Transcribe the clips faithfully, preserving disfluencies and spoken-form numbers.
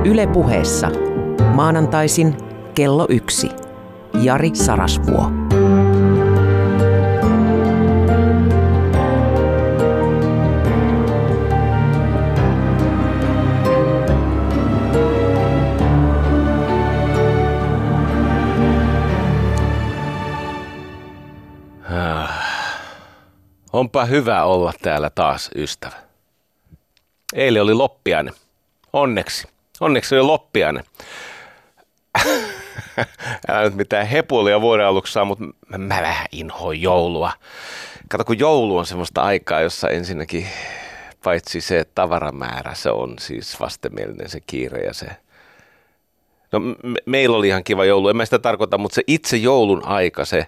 Yle Puheessa. Maanantaisin kello yksi. Jari Sarasvuo. Onpa hyvä olla täällä taas, ystävä. Eilen oli loppiainen. Onneksi. Onneksi oli loppiainen. Älä nyt mitään hepulia vuoden aluksi saa, mutta mä, mä vähän inhoin joulua. Kato, kun joulu on semmoista aikaa, jossa ensinnäkin paitsi se tavaramäärä, se on siis vastenmielinen se kiire ja se. No me, meillä oli ihan kiva joulu, en mä sitä tarkoita, mutta se itse joulun aika, se,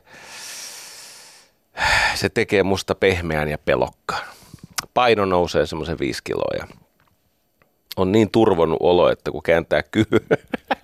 se tekee musta pehmeän ja pelokkaan. Paino nousee semmoisen viisi kiloa ja on niin turvonnut olo, että kun kääntää ky-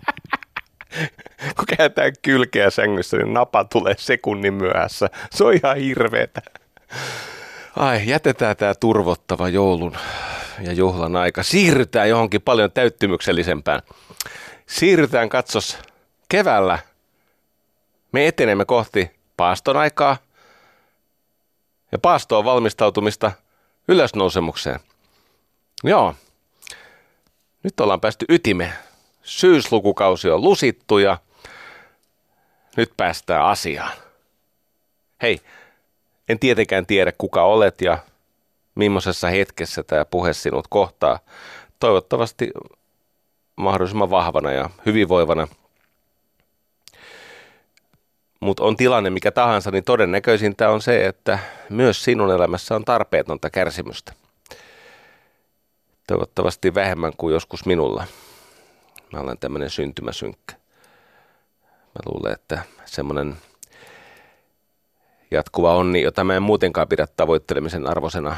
kun kääntää kylkeä sängyssä, niin napa tulee sekunnin myöhässä. Se on ihan hirveetä. Ai, jätetään tämä turvottava joulun ja juhlan aika. Siirrytään johonkin paljon täyttymyksellisempään. Siirrytään, katsos, keväällä. Me etenemme kohti paaston aikaa ja paastoon valmistautumista ylösnousemukseen. Joo. Nyt ollaan päästy ytimeen. Syyslukukausi on lusittu ja nyt päästään asiaan. Hei, en tietenkään tiedä kuka olet ja millaisessa hetkessä tämä puhe sinut kohtaa. Toivottavasti mahdollisimman vahvana ja hyvinvoivana. Mutta on tilanne mikä tahansa, niin todennäköisintä on se, että myös sinun elämässä on tarpeetonta kärsimystä. Toivottavasti vähemmän kuin joskus minulla. Mä olen tämmöinen syntymäsynkkä. Mä luulen, että semmoinen jatkuva onni, jota mä en muutenkaan pidä tavoittelemisen arvoisena.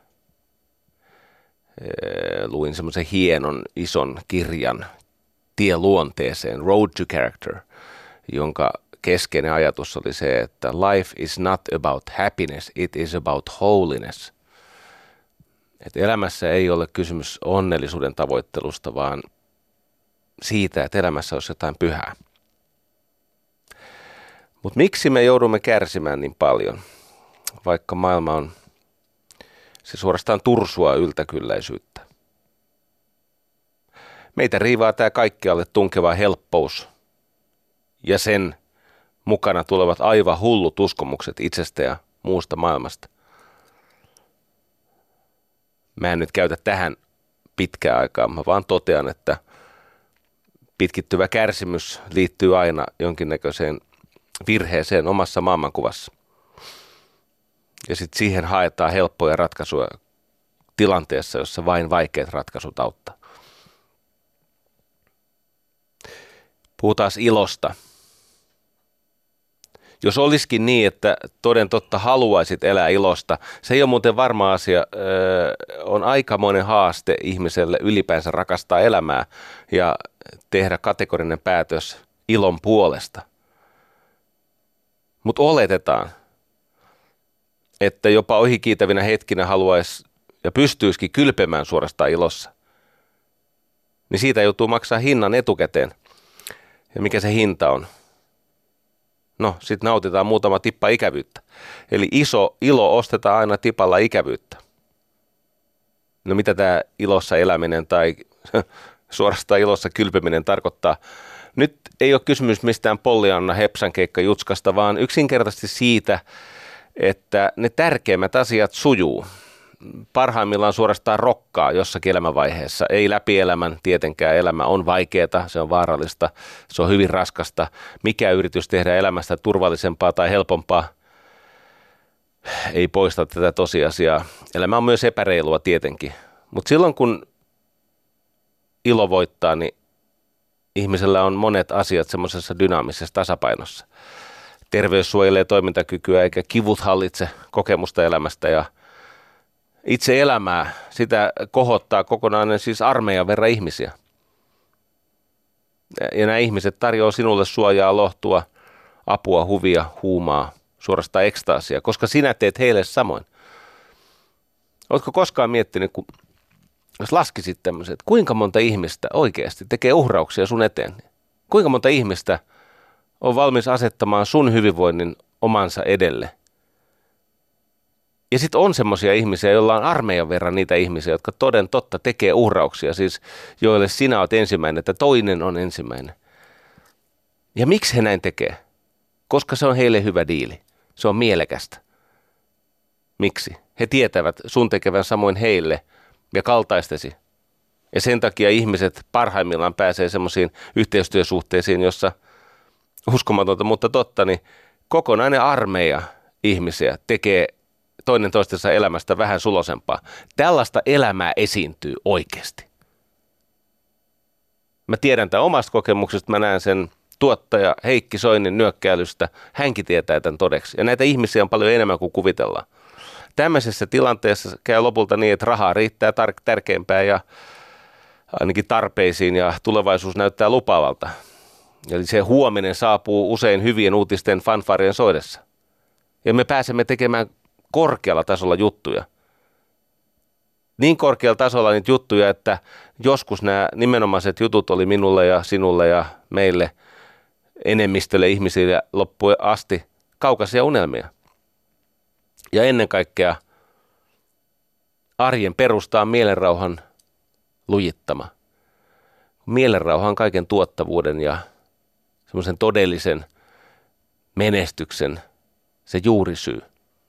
Luin semmoisen hienon ison kirjan Tie luonteeseen, Road to Character, jonka keskeinen ajatus oli se, että life is not about happiness, it is about holiness. Että elämässä ei ole kysymys onnellisuuden tavoittelusta, vaan siitä, että elämässä olisi jotain pyhää. Mutta miksi me joudumme kärsimään niin paljon, vaikka maailma on se suorastaan tursua yltäkylläisyyttä? Meitä riivaa tämä kaikkialle tunkeva helppous ja sen mukana tulevat aivan hullut uskomukset itsestä ja muusta maailmasta. Mä en nyt käytä tähän pitkää aikaa, mä vaan totean, että pitkittyvä kärsimys liittyy aina jonkinnäköiseen virheeseen omassa maailmankuvassa. Ja sitten siihen haetaan helppoja ratkaisuja tilanteessa, jossa vain vaikeat ratkaisut auttaa. Puhutaan ilosta. Jos olisikin niin, että toden totta haluaisit elää ilosta, se ei ole muuten varma asia, öö, on aikamoinen haaste ihmiselle ylipäänsä rakastaa elämää ja tehdä kategorinen päätös ilon puolesta. Mutta oletetaan, että jopa ohikiitävinä hetkinä haluaisi ja pystyisikin kylpemään suorastaan ilossa, niin siitä joutuu maksaa hinnan etukäteen. Ja mikä se hinta on? No, sitten nautitaan muutama tippa ikävyyttä. Eli iso ilo ostetaan aina tipalla ikävyyttä. No mitä tämä ilossa eläminen tai suorastaan ilossa kylpeminen tarkoittaa? Nyt ei ole kysymys mistään Pollyanna hepsankeikka jutskasta, vaan yksinkertaisesti siitä, että ne tärkeimmät asiat sujuu. Parhaimmillaan suorastaan rokkaa jossakin elämänvaiheessa. Ei läpi elämän, tietenkään elämä on vaikeaa, se on vaarallista, se on hyvin raskasta. Mikä yritys tehdä elämästä turvallisempaa tai helpompaa ei poista tätä tosiasiaa. Elämä on myös epäreilua tietenkin, mutta silloin kun ilo voittaa, niin ihmisellä on monet asiat semmoisessa dynaamisessa tasapainossa. Terveys suojelee toimintakykyä eikä kivut hallitse kokemusta elämästä ja itse elämää, sitä kohottaa kokonainen siis armeijan verran ihmisiä. Ja nämä ihmiset tarjoaa sinulle suojaa, lohtua, apua, huvia, huumaa, suorastaan ekstaasia, koska sinä teet heille samoin. Oletko koskaan miettinyt, kun jos laskisit tämmöiset, että kuinka monta ihmistä oikeasti tekee uhrauksia sun eteen? Kuinka monta ihmistä on valmis asettamaan sun hyvinvoinnin omansa edelle? Ja sitten on semmoisia ihmisiä, joilla on armeijan verran niitä ihmisiä, jotka toden totta tekee uhrauksia, siis joille sinä olet ensimmäinen, että toinen on ensimmäinen. Ja miksi he näin tekee? Koska se on heille hyvä diili. Se on mielekästä. Miksi? He tietävät sun tekevän samoin heille ja kaltaistesi. Ja sen takia ihmiset parhaimmillaan pääsee semmoisiin yhteistyösuhteisiin, jossa uskomatonta, mutta totta, niin kokonainen armeija ihmisiä tekee toinen toistensa elämästä vähän sulosempaa. Tällaista elämää esiintyy oikeasti. Mä tiedän tämän omasta kokemuksesta, mä näen sen tuottaja Heikki Soinin nyökkäilystä. Hänkin tietää tämän todeksi. Ja näitä ihmisiä on paljon enemmän kuin kuvitellaan. Tämmöisessä tilanteessa käy lopulta niin, että rahaa riittää tar- tärkeämpään ja ainakin tarpeisiin ja tulevaisuus näyttää lupaavalta. Eli se huominen saapuu usein hyvien uutisten fanfarien soidessa. Ja me pääsemme tekemään korkealla tasolla juttuja. Niin korkealla tasolla niitä juttuja, että joskus nämä nimenomaiset jutut oli minulle ja sinulle ja meille enemmistölle ihmisille loppuun asti kaukaisia unelmia. Ja ennen kaikkea arjen perustaa mielenrauhan lujittama. Mielenrauha on kaiken tuottavuuden ja semmoisen todellisen menestyksen se juurisyy.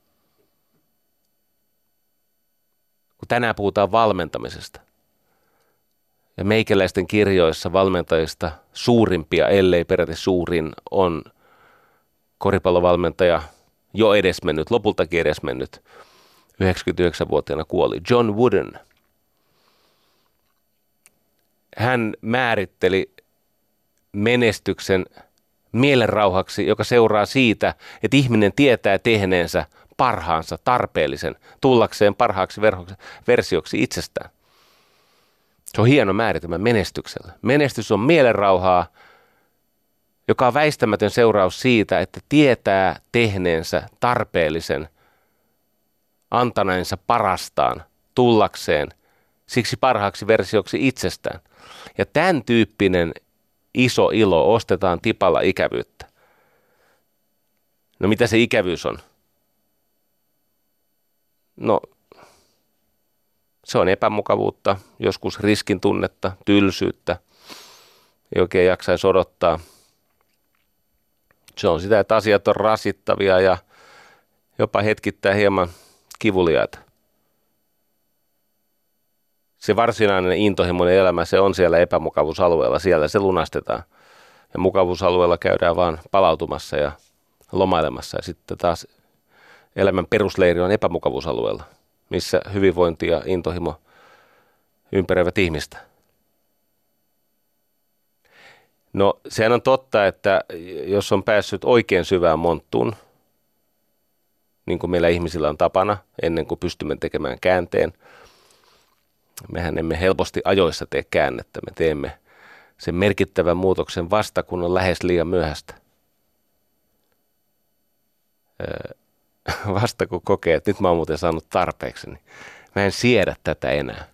Kun tänään puhutaan valmentamisesta ja meikäläisten kirjoissa valmentajista suurimpia, ellei peräti suurin, on koripallovalmentaja jo edesmennyt, lopultakin edesmennyt, yhdeksänkymmentäyhdeksänvuotiaana kuoli, John Wooden. Hän määritteli menestyksen mielenrauhaksi, joka seuraa siitä, että ihminen tietää tehneensä parhaansa, tarpeellisen, tullakseen parhaaksi versioksi itsestään. Se on hieno määritelmä menestyksellä. Menestys on mielenrauhaa, joka on väistämätön seuraus siitä, että tietää tehneensä tarpeellisen, antaneensa parastaan, tullakseen siksi parhaaksi versioksi itsestään. Ja tämän tyyppinen iso ilo ostetaan tipalla ikävyyttä. No mitä se ikävyys on? No se on epämukavuutta, joskus riskin tunnetta, tylsyyttä, ei oikein jaksaisi odottaa. Se on sitä, että asiat on rasittavia ja jopa hetkittäin hieman kivuliaita. Se varsinainen intohimoinen elämä, se on siellä epämukavuusalueella, siellä se lunastetaan. Ja mukavuusalueella käydään vaan palautumassa ja lomailemassa. Ja sitten taas elämän perusleiri on epämukavuusalueella, missä hyvinvointi ja intohimo ympäröivät ihmistä. No sehän on totta, että jos on päässyt oikein syvään monttuun, niin kuin meillä ihmisillä on tapana, ennen kuin pystymme tekemään käänteen, mehän emme helposti ajoissa tee käännettä, me teemme sen merkittävän muutoksen vasta, kun on lähes liian myöhäistä. Vasta kun kokee, että nyt mä oon muuten saanut tarpeeksi, niin mä en siedä tätä enää.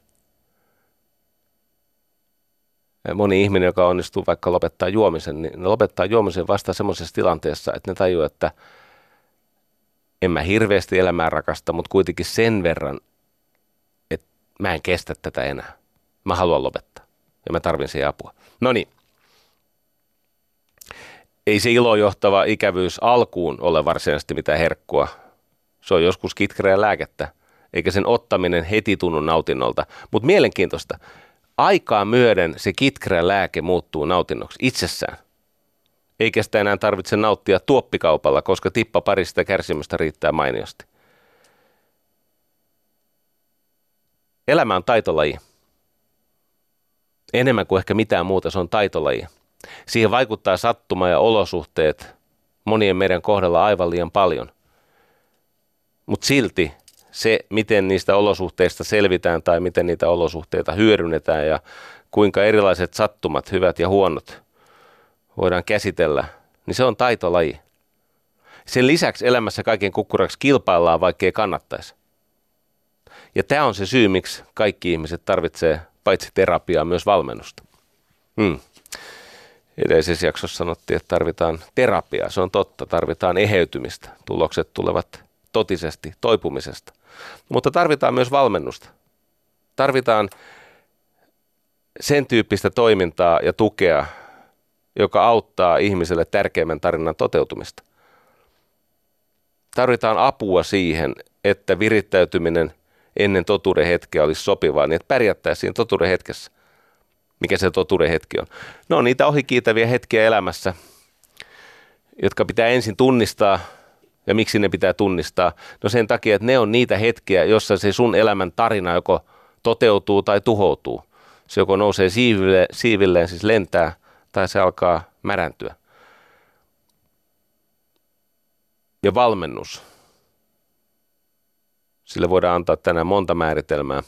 Moni ihminen, joka onnistuu vaikka lopettaa juomisen, niin ne lopettaa juomisen vasta semmoisessa tilanteessa, että ne tajuu, että en mä hirveästi elämää rakasta, mutta kuitenkin sen verran, että mä en kestä tätä enää. Mä haluan lopettaa ja mä tarvin siihen apua. No niin. Ei se iloon johtava ikävyys alkuun ole varsinaisesti mitään herkkua. Se on joskus kitkereä lääkettä, eikä sen ottaminen heti tunnu nautinnolta. Mutta mielenkiintoista, aikaa myöden se kitkereä lääke muuttuu nautinnoksi itsessään. Eikä sitä enää tarvitse nauttia tuoppikaupalla, koska tippa parista kärsimystä riittää mainiosti. Elämä on taitolaji. Enemmän kuin ehkä mitään muuta, se on taitolaji. Siihen vaikuttaa sattuma ja olosuhteet monien meidän kohdalla aivan liian paljon. Mutta silti se, miten niistä olosuhteista selvitään tai miten niitä olosuhteita hyödynnetään ja kuinka erilaiset sattumat, hyvät ja huonot, voidaan käsitellä, niin se on taitolaji. Sen lisäksi elämässä kaiken kukkuraksi kilpaillaan, vaikkei kannattaisi. Ja tämä on se syy, miksi kaikki ihmiset tarvitsee paitsi terapiaa myös valmennusta. Hmm. Edellisessä jaksossa sanottiin, että tarvitaan terapiaa. Se on totta, tarvitaan eheytymistä. Tulokset tulevat totisesti toipumisesta. Mutta tarvitaan myös valmennusta. Tarvitaan sen tyyppistä toimintaa ja tukea, joka auttaa ihmiselle tärkeimmän tarinan toteutumista. Tarvitaan apua siihen, että virittäytyminen ennen totuuden hetkeä olisi sopivaa, niin että pärjättäisiin siinä totuuden hetkessä. Mikä se totuuden hetki on? No niitä ohikiitäviä hetkiä elämässä, jotka pitää ensin tunnistaa. Ja miksi ne pitää tunnistaa? No sen takia, että ne on niitä hetkiä, jossa se sun elämän tarina joko toteutuu tai tuhoutuu. Se joko nousee siiville, siivilleen, siis lentää, tai se alkaa märäntyä. Ja valmennus. Sille voidaan antaa tänään monta määritelmää.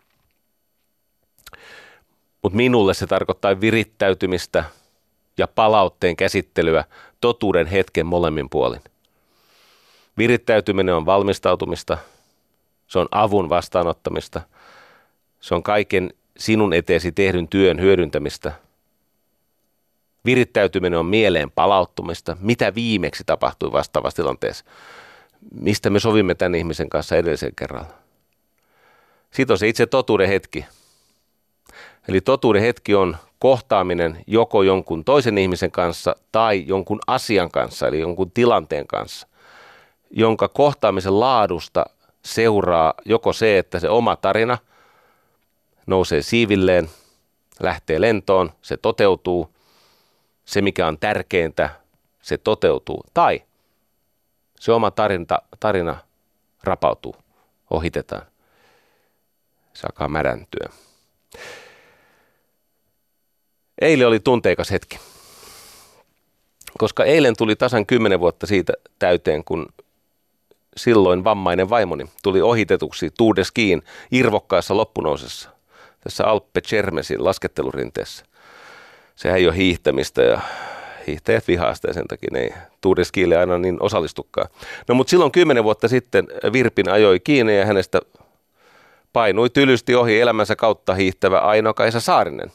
Mutta minulle se tarkoittaa virittäytymistä ja palautteen käsittelyä totuuden hetken molemmin puolin. Virittäytyminen on valmistautumista, se on avun vastaanottamista, se on kaiken sinun eteesi tehdyn työn hyödyntämistä. Virittäytyminen on mieleen palauttumista, mitä viimeksi tapahtui vastaavassa tilanteessa, mistä me sovimme tämän ihmisen kanssa edellisen kerralla. Sitten on se itse totuuden hetki. Eli totuuden hetki on kohtaaminen joko jonkun toisen ihmisen kanssa tai jonkun asian kanssa, eli jonkun tilanteen kanssa, jonka kohtaamisen laadusta seuraa joko se, että se oma tarina nousee siivilleen, lähtee lentoon, se toteutuu, se mikä on tärkeintä, se toteutuu, tai se oma tarina, tarina rapautuu, ohitetaan, se alkaa märäntyä. Eilen oli tunteikas hetki, koska eilen tuli tasan kymmenen vuotta siitä täyteen, kun silloin vammainen vaimoni tuli ohitetuksi Tour de Skiin irvokkaassa loppunousessa tässä Alpe Cermesin laskettelurinteessä. Sehän ei ole hiihtämistä ja hiihtäjät vihaa sitä ja sen takia ne ei Tour de Skille aina niin osallistukaan. No mutta silloin kymmenen vuotta sitten Virpin ajoi kiinni ja hänestä painui tylysti ohi elämänsä kautta hiihtävä Aino-Kaisa Saarinen.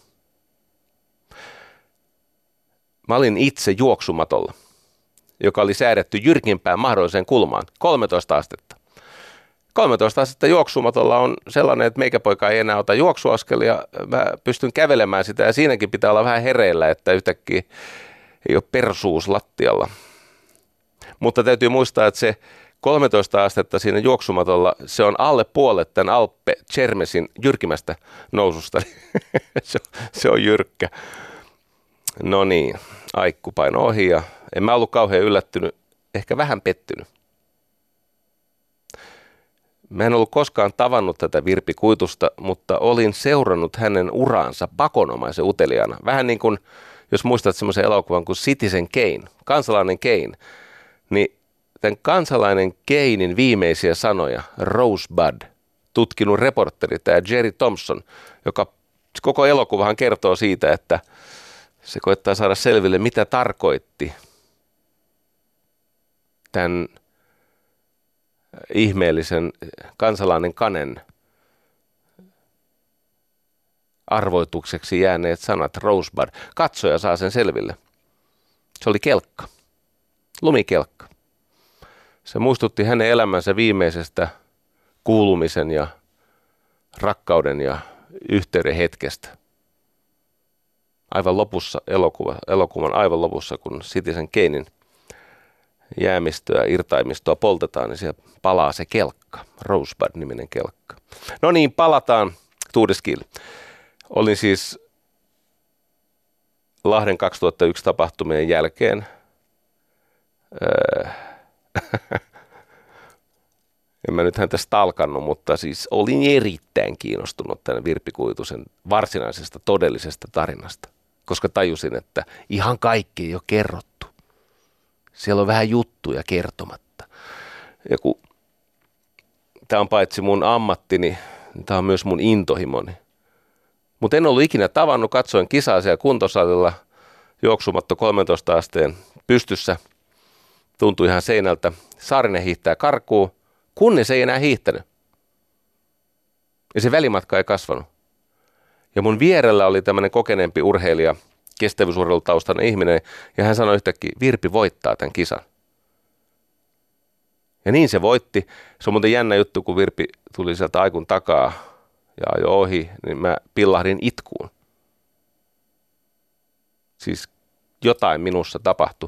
Mä olin itse juoksumatolla, joka oli säädetty jyrkimpään mahdolliseen kulmaan, kolmetoista astetta. kolmetoista astetta juoksumatolla on sellainen, että meikäpoika ei enää ota juoksuaskelia, mä pystyn kävelemään sitä ja siinäkin pitää olla vähän hereillä, että yhtäkkiä ei ole persuus lattialla. Mutta täytyy muistaa, että se kolmetoista astetta siinä juoksumatolla, se on alle puolet tämän Alpe Cermesin jyrkimästä noususta. se, on, se on jyrkkä. No niin, aikku paino ohi ja en mä ollut kauhean yllättynyt, ehkä vähän pettynyt. Mä en ollut koskaan tavannut tätä Virpi Kuitusta, mutta olin seurannut hänen uraansa pakonomaisen uteliaana. Vähän niin kuin, jos muistat semmoisen elokuvan kuin Citizen Kane, kansalainen Kane, niin tämän kansalainen Kanein viimeisiä sanoja, Rosebud, tutkinut reporteri, tämä Jerry Thompson, joka koko elokuvahan kertoo siitä, että se koettaa saada selville, mitä tarkoitti tämän ihmeellisen kansalainen Kanen arvoitukseksi jääneet sanat Rosebud. Katsoja saa sen selville. Se oli kelkka, lumikelkka. Se muistutti hänen elämänsä viimeisestä kuulumisen ja rakkauden ja yhteyden hetkestä. Aivan lopussa, elokuva, elokuvan aivan lopussa, kun Citizen Kanein jäämistöä, irtaimistoa poltetaan, niin siellä palaa se kelkka, Rosebud-niminen kelkka. No niin, palataan Tour de Skille. Olin siis Lahden kaksituhattayksi tapahtumien jälkeen öö, en mä nyt häntä stalkannut, mutta siis olin erittäin kiinnostunut tämän Virpi Kuitusen varsinaisesta todellisesta tarinasta, koska tajusin, että ihan kaikki ei ole kerrottu. Siellä on vähän juttuja kertomatta. Ja kun tämä on paitsi mun ammattini, niin tämä on myös mun intohimoni. Mutta en ollut ikinä tavannut, katsoin kisaa siellä kuntosalilla, juoksumatto kolmentoista asteen pystyssä. Tuntui ihan seinältä. Saarinen hiihtää karkuun, kunnes ei enää hiihtänyt. Ja se välimatka ei kasvanut. Ja mun vierellä oli tämmöinen kokeneempi urheilija, kestävyysurheilutaustainen ihminen, ja hän sanoi yhtäkkiä, Virpi voittaa tämän kisan. Ja niin se voitti. Se on muuten jännä juttu, kun Virpi tuli sieltä aikun takaa ja ajoi ohi, niin mä pillahdin itkuun. Siis jotain minussa tapahtui.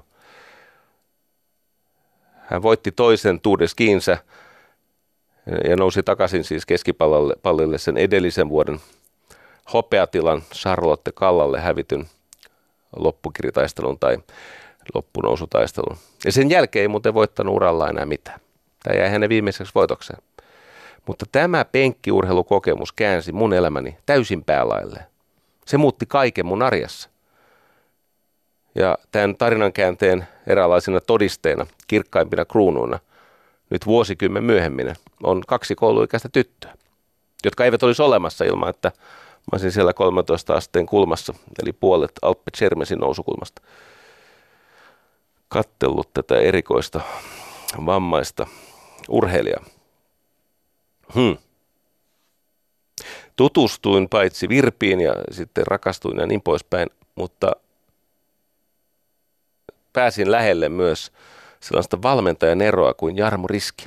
Hän voitti toisen Tour de Skinsä ja nousi takaisin siis keskipallille sen edellisen vuoden hopeatilan Charlotte Kallalle hävityn loppukiritaisteluun tai loppunousutaistelun. Ja sen jälkeen ei muuten voittanut uralla enää mitään. Tämä jäi hänen viimeiseksi voitokseen. Mutta tämä penkkiurheilukokemus käänsi mun elämäni täysin päälailleen. Se muutti kaiken mun arjessa. Ja tämän tarinankäänteen eräänlaisina todisteina, kirkkaimpina kruunuina, nyt vuosikymmen myöhemmin, on kaksi kouluikäistä tyttöä, jotka eivät olisi olemassa ilman, että mä olisin siellä kolmentoista asteen kulmassa, eli puolet Alpe Cermesin nousukulmasta, kattellut tätä erikoista vammaista urheilijaa. Hmm. Tutustuin paitsi Virpiin ja sitten rakastuin ja niin poispäin, mutta pääsin lähelle myös sellaista valmentajan eroa kuin Jarmo Riski.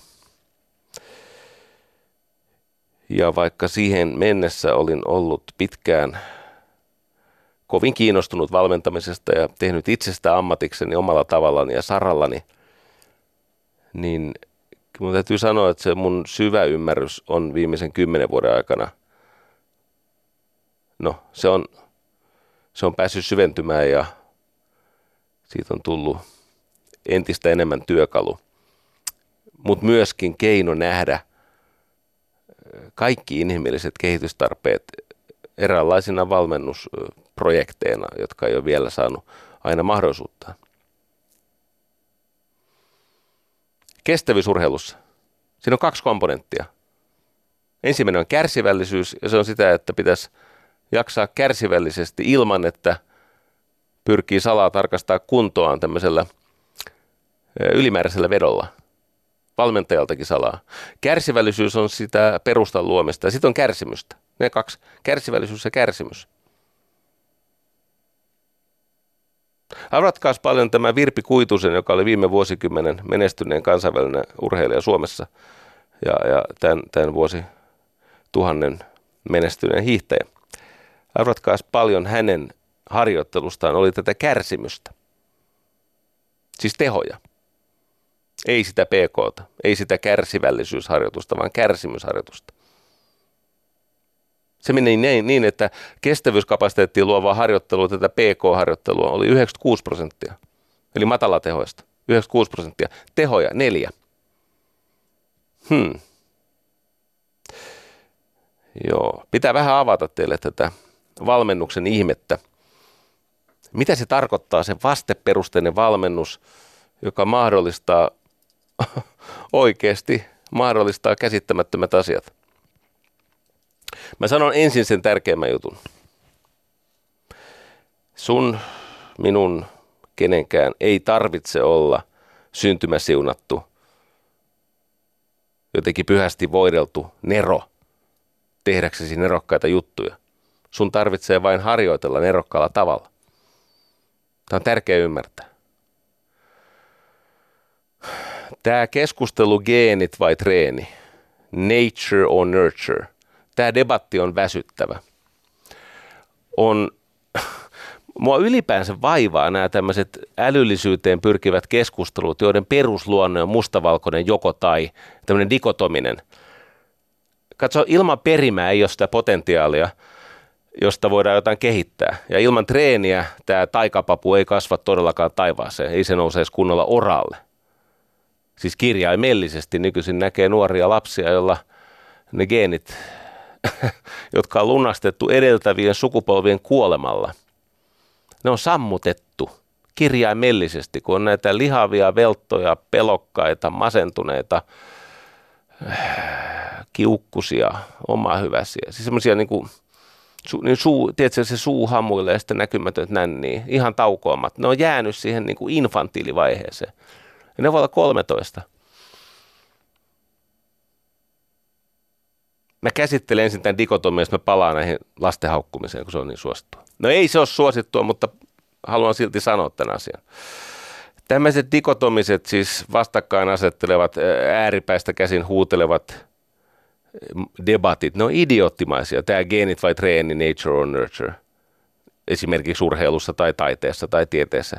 Ja vaikka siihen mennessä olin ollut pitkään kovin kiinnostunut valmentamisesta ja tehnyt itsestä ammatikseni omalla tavallani ja sarallani, niin mun täytyy sanoa, että se mun syvä ymmärrys on viimeisen kymmenen vuoden aikana, no se on, se on päässyt syventymään ja siitä on tullut entistä enemmän työkalu, mutta myöskin keino nähdä kaikki inhimilliset kehitystarpeet eräänlaisina valmennusprojekteina, jotka ei ole vielä saanut aina mahdollisuutta. Kestävyysurheilussa. Siinä on kaksi komponenttia. Ensimmäinen on kärsivällisyys, ja se on sitä, että pitäisi jaksaa kärsivällisesti ilman, että pyrkii salaa tarkastaa kuntoaan tämmöisellä ylimääräisellä vedolla. Valmentajaltakin salaa. Kärsivällisyys on sitä perustan luomista, ja sitten on kärsimystä. Ne kaksi, kärsivällisyys ja kärsimys. Arvatkaas paljon tämä Virpi Kuitusen, joka oli viime vuosikymmenen menestyneen kansainvälinen urheilija Suomessa ja, ja tämän, tämän vuosi tuhannen menestyneen hiihtäjä. Arvatkaas paljon hänen harjoittelustaan oli tätä kärsimystä. Siis tehoja. Ei sitä P K:ta, ei sitä kärsivällisyysharjoitusta, vaan kärsimysharjoitusta. Se meni niin, niin, että kestävyyskapasiteettiin luovaa harjoittelua, tätä P K-harjoittelua oli yhdeksänkymmentäkuusi prosenttia. Eli matalatehoista. yhdeksänkymmentäkuusi prosenttia. Tehoja neljä. Hmm. Joo. Pitää vähän avata teille tätä valmennuksen ihmettä. Mitä se tarkoittaa, se vasteperusteinen valmennus, joka mahdollistaa oikeasti, mahdollistaa käsittämättömät asiat. Mä sanon ensin sen tärkeimmän jutun. Sun, minun, kenenkään ei tarvitse olla syntymäsiunattu, jotenkin pyhästi voideltu nero tehdäksesi nerokkaita juttuja. Sun tarvitsee vain harjoitella nerokkaalla tavalla. Tämä on tärkeää ymmärtää. Tämä keskustelu geenit vai treeni, nature or nurture, tämä debatti on väsyttävä. On, mua ylipäänsä vaivaa nämä tämmöiset älyllisyyteen pyrkivät keskustelut, joiden perusluonne on mustavalkoinen joko tai, tämmöinen dikotominen. Katso, ilman perimää ei ole sitä potentiaalia, josta voidaan jotain kehittää. Ja ilman treeniä tämä taikapapu ei kasva todellakaan taivaaseen, ei se nouse edes kunnolla oralle. Siis kirjaimellisesti nykyisin näkee nuoria lapsia, joilla ne geenit, jotka on lunastettu edeltävien sukupolvien kuolemalla, ne on sammutettu kirjaimellisesti, kun on näitä lihavia, velttoja, pelokkaita, masentuneita, kiukkusia, omahyväisiä. Siis semmoisia niin kuin, niin suu, tiedätkö, se suu hamuilee ja sitten näkymätön nänniä, ihan taukoamat. Ne on jäänyt siihen niin kuin infantiilivaiheeseen. Ja ne voi olla kolmetoista. mä käsittelen ensin tämän dikotomian, jos mä palaan näihin lasten haukkumiseen, kun se on niin suosittua. No ei se ole suosittua, mutta haluan silti sanoa tämän asian. Tämmöiset dikotomiset, siis vastakkain asettelevat, ääripäistä käsin huutelevat debatit, ne on idioottimaisia. Tämä geenit vai treeni, nature or nurture, esimerkiksi urheilussa tai taiteessa tai tieteessä.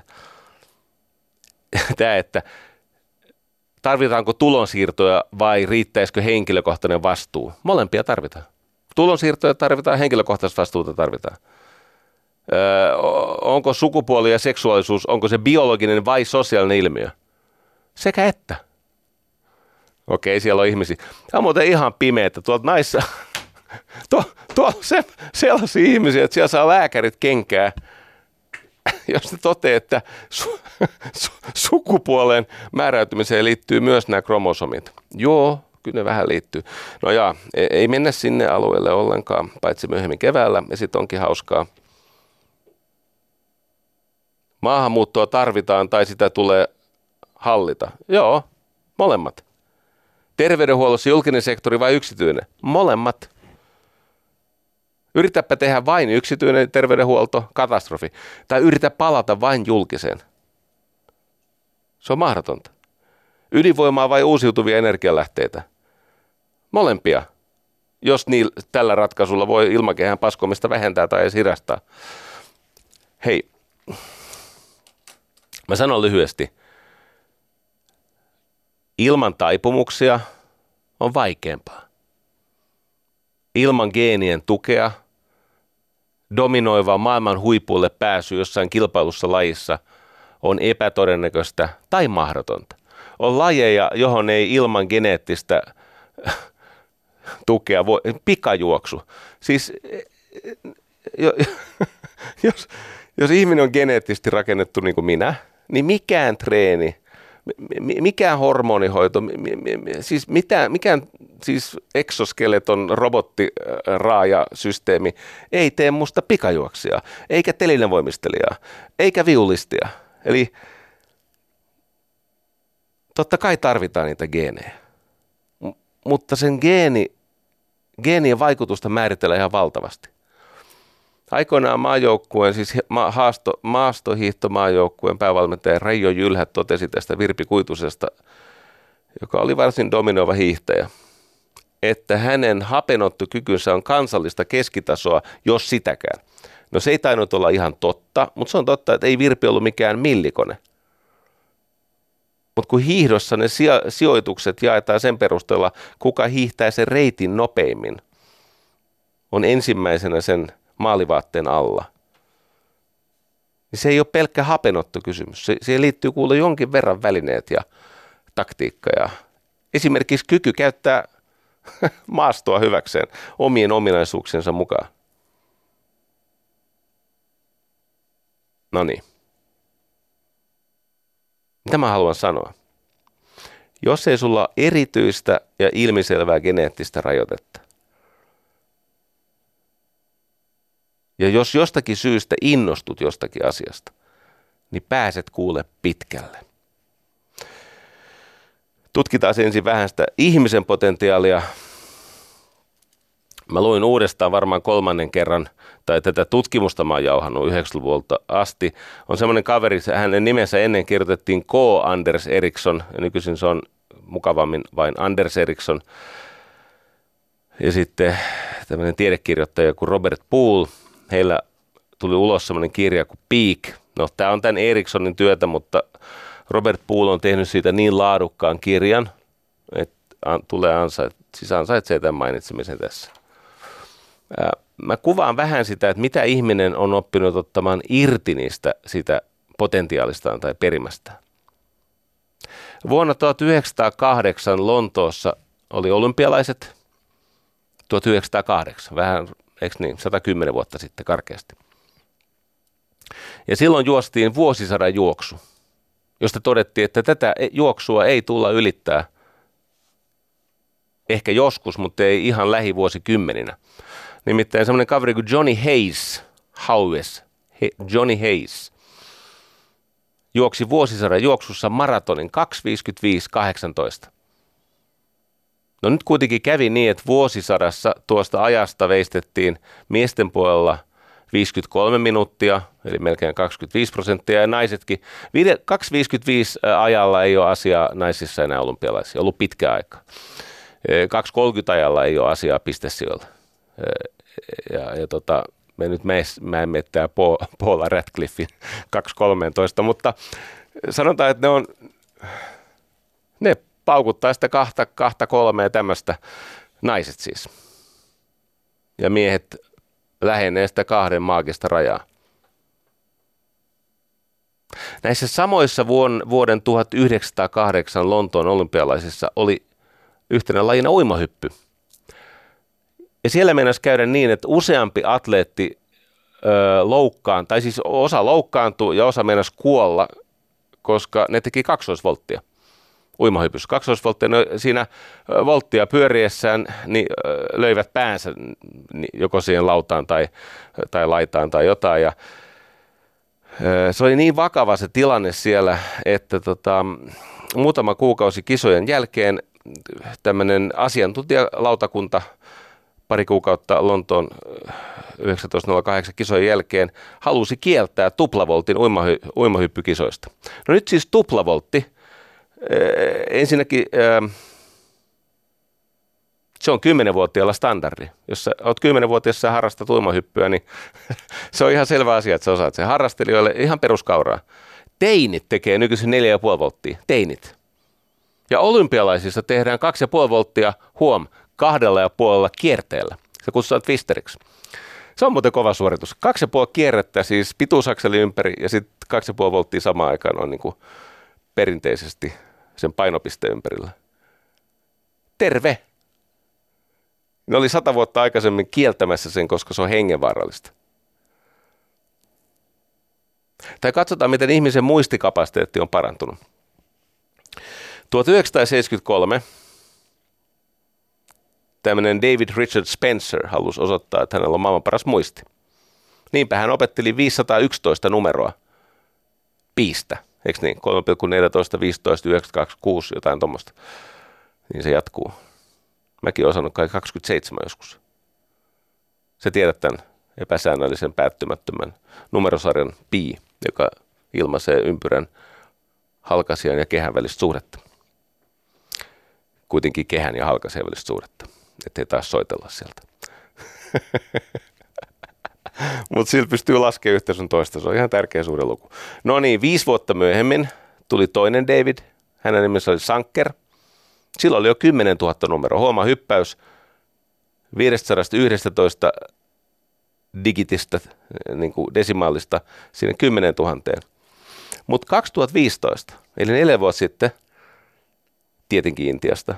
Tämä, että tarvitaanko tulonsiirtoja vai riittäisikö henkilökohtainen vastuu? Molempia tarvitaan. Tulonsiirtoja tarvitaan, henkilökohtaista vastuuta tarvitaan. Öö, onko sukupuoli ja seksuaalisuus, onko se biologinen vai sosiaalinen ilmiö? Sekä että. Okei, siellä on ihmisiä. Tämä on muuten ihan pimeätä. Tuolta naissa, tuo, tuolla on se, sellaisia ihmisiä, että siellä saa lääkärit kenkää, jos ne toteaa, että su, su, sukupuoleen määräytymiseen liittyy myös nämä kromosomit. Joo, kyllä ne vähän liittyy. No jaa, ei mennä sinne alueelle ollenkaan, paitsi myöhemmin keväällä, ja sitten onkin hauskaa. Maahanmuuttoa tarvitaan tai sitä tulee hallita. Joo, molemmat. Terveydenhuollossa julkinen sektori vai yksityinen? Molemmat. Yritäpä tehdä vain yksityinen terveydenhuolto, katastrofi. Tai yritä palata vain julkiseen. Se on mahdotonta. Ydinvoimaa vai uusiutuvia energialähteitä? Molempia. Jos niillä, tällä ratkaisulla voi ilmakehän paskomista vähentää tai edes hidastaa. Hei, mä sanon lyhyesti. Ilman taipumuksia on vaikeampaa. Ilman geenien tukea dominoiva maailman huipulle pääsy jossain kilpailussa lajissa on epätodennäköistä tai mahdotonta. On lajeja, johon ei ilman geneettistä tukea voi, pikajuoksu. Siis jos, jos ihminen on geneettisesti rakennettu niin kuin minä, niin mikään treeni, mikään hormonihoito, siis mitään, mikään siis exoskeleton robottiraajasysteemi ei tee musta pikajuoksia, eikä telinevoimistelijaa, eikä viulistia. Eli totta kai tarvitaan niitä geenejä, M- mutta sen geeni, geenien vaikutusta määritellään ihan valtavasti. Aikoinaan maajoukkueen, siis ma- haasto, maastohiihtomaajoukkueen päävalmentaja Reijo Jylhä totesi tästä Virpi Kuitusesta, joka oli varsin dominoiva hiihtäjä, että hänen hapenottokykynsä on kansallista keskitasoa, jos sitäkään. No se ei tainnut olla ihan totta, mutta se on totta, että ei Virpi ollut mikään millikone. Mutta kun hiihdossa ne sijo- sijoitukset jaetaan sen perusteella, kuka hiihtää sen reitin nopeimmin, on ensimmäisenä sen maalivaatteen alla. Niin se ei ole pelkkä hapenottokysymys. Se, siihen liittyy kuule jonkin verran välineet ja taktiikka ja esimerkiksi kyky käyttää maastoa hyväkseen omien ominaisuuksiensa mukaan. No niin. Mitä mä haluan sanoa? Jos ei sulla ole erityistä ja ilmiselvää geneettistä rajoitetta, ja jos jostakin syystä innostut jostakin asiasta, niin pääset kuule pitkälle. Tutkitaan ensin vähän sitä ihmisen potentiaalia. Mä luin uudestaan varmaan kolmannen kerran, tai tätä tutkimusta mä oon jauhannut yhdeksänkymmentäluvulta asti. On semmoinen kaveri, hänen nimensä ennen kirjoitettiin K. Anders Eriksson, ja nykyisin se on mukavammin vain Anders Eriksson. Ja sitten tämmöinen tiedekirjoittaja kuin Robert Poole, heillä tuli ulos semmoinen kirja kuin Peak. No, tämä on tämän Erikssonin työtä, mutta Robert Poole on tehnyt siitä niin laadukkaan kirjan, että tulee ansa, siis ansaitsee tämän mainitsemisen tässä. Mä kuvaan vähän sitä, että mitä ihminen on oppinut ottamaan irti niistä sitä potentiaalistaan tai perimästään. Vuonna tuhatyhdeksänsataakahdeksan Lontoossa oli olympialaiset. tuhatyhdeksänsataakahdeksan, vähän, eikö niin, sata kymmenen vuotta sitten karkeasti. Ja silloin juostiin vuosisadan juoksu, josta todettiin, että tätä juoksua ei tulla ylittää ehkä joskus, mutta ei ihan lähivuosikymmeninä. Nimittäin semmoinen kaveri kuin Johnny Hayes, Howes, He, Johnny Hayes, juoksi vuosisadan juoksussa maratonin kaksi viisikymmentäviisi kahdeksantoista. No nyt kuitenkin kävi niin, että vuosisadassa tuosta ajasta veistettiin miesten puolella viisikymmentäkolme minuuttia, eli melkein kaksikymmentäviisi prosenttia, ja naisetkin. kaksi viisikymmentäviisi ajalla ei ole asiaa naisissa enää olympialaisia, ollut pitkä aika. kaksi kolmekymmentä ajalla ei ole asiaa pistesijoilla. Ja, ja tota, me nyt me, mä en mene tää Paula Radcliffein kaksi kolmetoista, mutta sanotaan, että ne on, ne paukuttaa sitä kahta, kahta kolmea tämmöistä, naiset siis. Ja miehet lähenee sitä kahden maagista rajaa. Näissä samoissa vuoden tuhatyhdeksänsataakahdeksan Lontoon olympialaisissa oli yhtenä lajina uimahyppy. Ja siellä meinasi käydä niin, että useampi atleetti ö, loukkaan, tai siis osa loukkaantui ja osa meinasi kuolla, koska ne teki kaksoisvolttia uimahypyssä. Kaksoisvolttia, no, siinä volttia pyöriessään niin, ö, löivät päänsä niin, joko siihen lautaan tai, tai laitaan tai jotain. Ja, ö, se oli niin vakava se tilanne siellä, että tota, muutama kuukausi kisojen jälkeen tämmöinen asiantuntijalautakunta pari kuukautta Lontoon yhdeksäntoista nolla kahdeksan kisojen jälkeen halusi kieltää tuplavoltin uimahy, uimahyppykisoista. No nyt siis tuplavoltti, ensinnäkin se on kymmenvuotiaalla standardi. Jos sä oot kymmenvuotias ja harrastat uimahyppyä, niin se on ihan selvä asia, että sä osaat sen. Harrastelijoille ihan peruskauraa. Teinit tekee nykyisin neljä pilkku viisi volttia. Teinit. Ja olympialaisissa tehdään kaksi pilkku viisi volttia, huom, kahdella ja puolella kierteellä. Se kutsutaan twisteriksi. Se on muuten kova suoritus. Kaksi ja puoli kierrettä, siis pituusakseli ympäri ja sitten kaksi ja puoli volttia samaan aikaan on niin kuin perinteisesti sen painopisteen ympärillä. Terve! Ne oli sata vuotta aikaisemmin kieltämässä sen, koska se on hengenvaarallista. Tai katsotaan, miten ihmisen muistikapasiteetti on parantunut. tuhatyhdeksänsataaseitsemänkymmentäkolme tämmöinen David Richard Spencer halusi osoittaa, että hänellä on maailman paras muisti. Niinpä hän opetteli viisisataayksitoista numeroa piistä, eikö niin? kolme pilkku neljätoista, viisitoista, yhdeksänkymmentäkaksi, kuusi, jotain tuommoista. Niin se jatkuu. Mäkin olen osannut kai kaksikymmentäseitsemän joskus. Sä tiedät tämän epäsäännöllisen päättymättömän numerosarjan pi, joka ilmaisee ympyrän halkaisijan ja kehän välistä suhdetta. Kuitenkin kehän ja halkaisijan välistä suhdetta. Ettei taas soitella sieltä. Mutta sillä pystyy laskemaan yhtä sun toista. Se on ihan tärkeä suuri luku. No niin, viisi vuotta myöhemmin tuli toinen David. Hänen nimensä oli Sanker. Silloin oli jo kymmenen tuhatta numeroa. Huomaa hyppäys viisisataayksitoista digitistä, niin kuin desimaalista, sinne kymmenen tuhanteen. Mutta kaksituhattaviisitoista, eli neljä vuotta sitten, tietenkin Intiasta,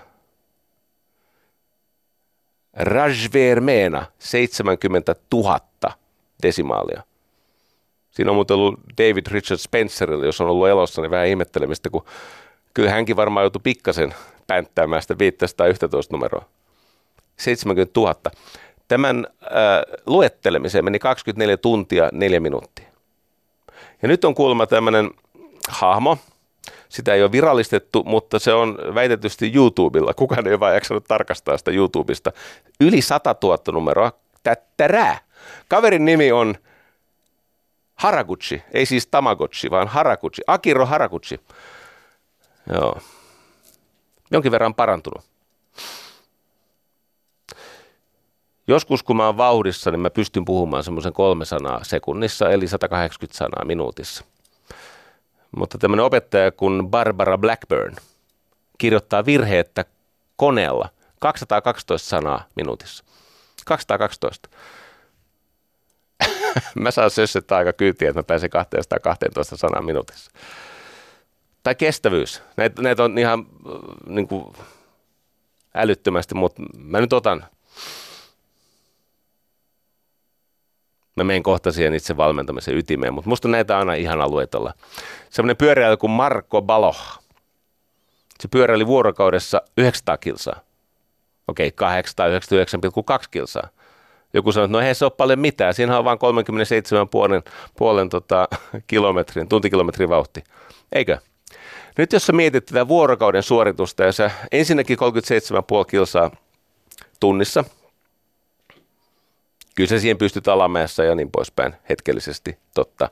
Rajvermena, seitsemänkymmentätuhatta desimaalia. Siinä on muuten ollut David Richard Spencerille, jos on ollut elossa, niin vähän ihmettelemistä, kun kyllä hänkin varmaan joutui pikkasen pänttäämään sitä viisisataayksitoista numeroa. seitsemänkymmentätuhatta. Tämän äh, luettelemiseen meni kaksikymmentäneljä tuntia, neljä minuuttia. Ja nyt on kuulemma tämmöinen hahmo. Sitä ei ole virallistettu, mutta se on väitetysti YouTubella. Kukaan ei ole vaan jaksanut tarkastaa sitä YouTubesta. Yli satatuhatta numeroa. Tättärää. Kaverin nimi on Haraguchi. Ei siis Tamagotchi, vaan Haraguchi. Akiro Haraguchi. Joo. Jonkin verran parantunut. Joskus kun mä oon vauhdissa, niin mä pystyn puhumaan semmoisen kolme sanaa sekunnissa, eli sata kahdeksankymmentä sanaa minuutissa. Mutta tämmöinen opettaja kuin Barbara Blackburn kirjoittaa virheettä koneella kaksisataakaksitoista sanaa minuutissa. kaksisataakaksitoista. Mä saan sössettä aika kyytiä, että mä pääsen kaksisataakaksitoista sanaa minuutissa. Tai kestävyys. Näitä, näitä on ihan niin kuin älyttömästi, mutta mä nyt otan. Mä menen kohta siihen itse valmentamisen ytimeen, mutta musta näitä aina ihan luetella. Semmoinen pyöräilijä kuin Marko Baloch. Se pyöräili vuorokaudessa yhdeksänsataa kilsaa. Okei, kahdeksansataayhdeksänkymmentäyhdeksän pilkku kaksi kilsaa. Joku sanoi, että no ei se ole paljon mitään. Siinä on vain kolmekymmentäseitsemän puolen, puolen tota, kilometrin, tuntikilometrin vauhti. Eikö? Nyt jos sä mietit tätä vuorokauden suoritusta ja sä ensinnäkin kolmekymmentäseitsemän pilkku viisi kilsaa tunnissa, kyllä sä siihen pystyt alamäessä ja niin poispäin hetkellisesti, totta.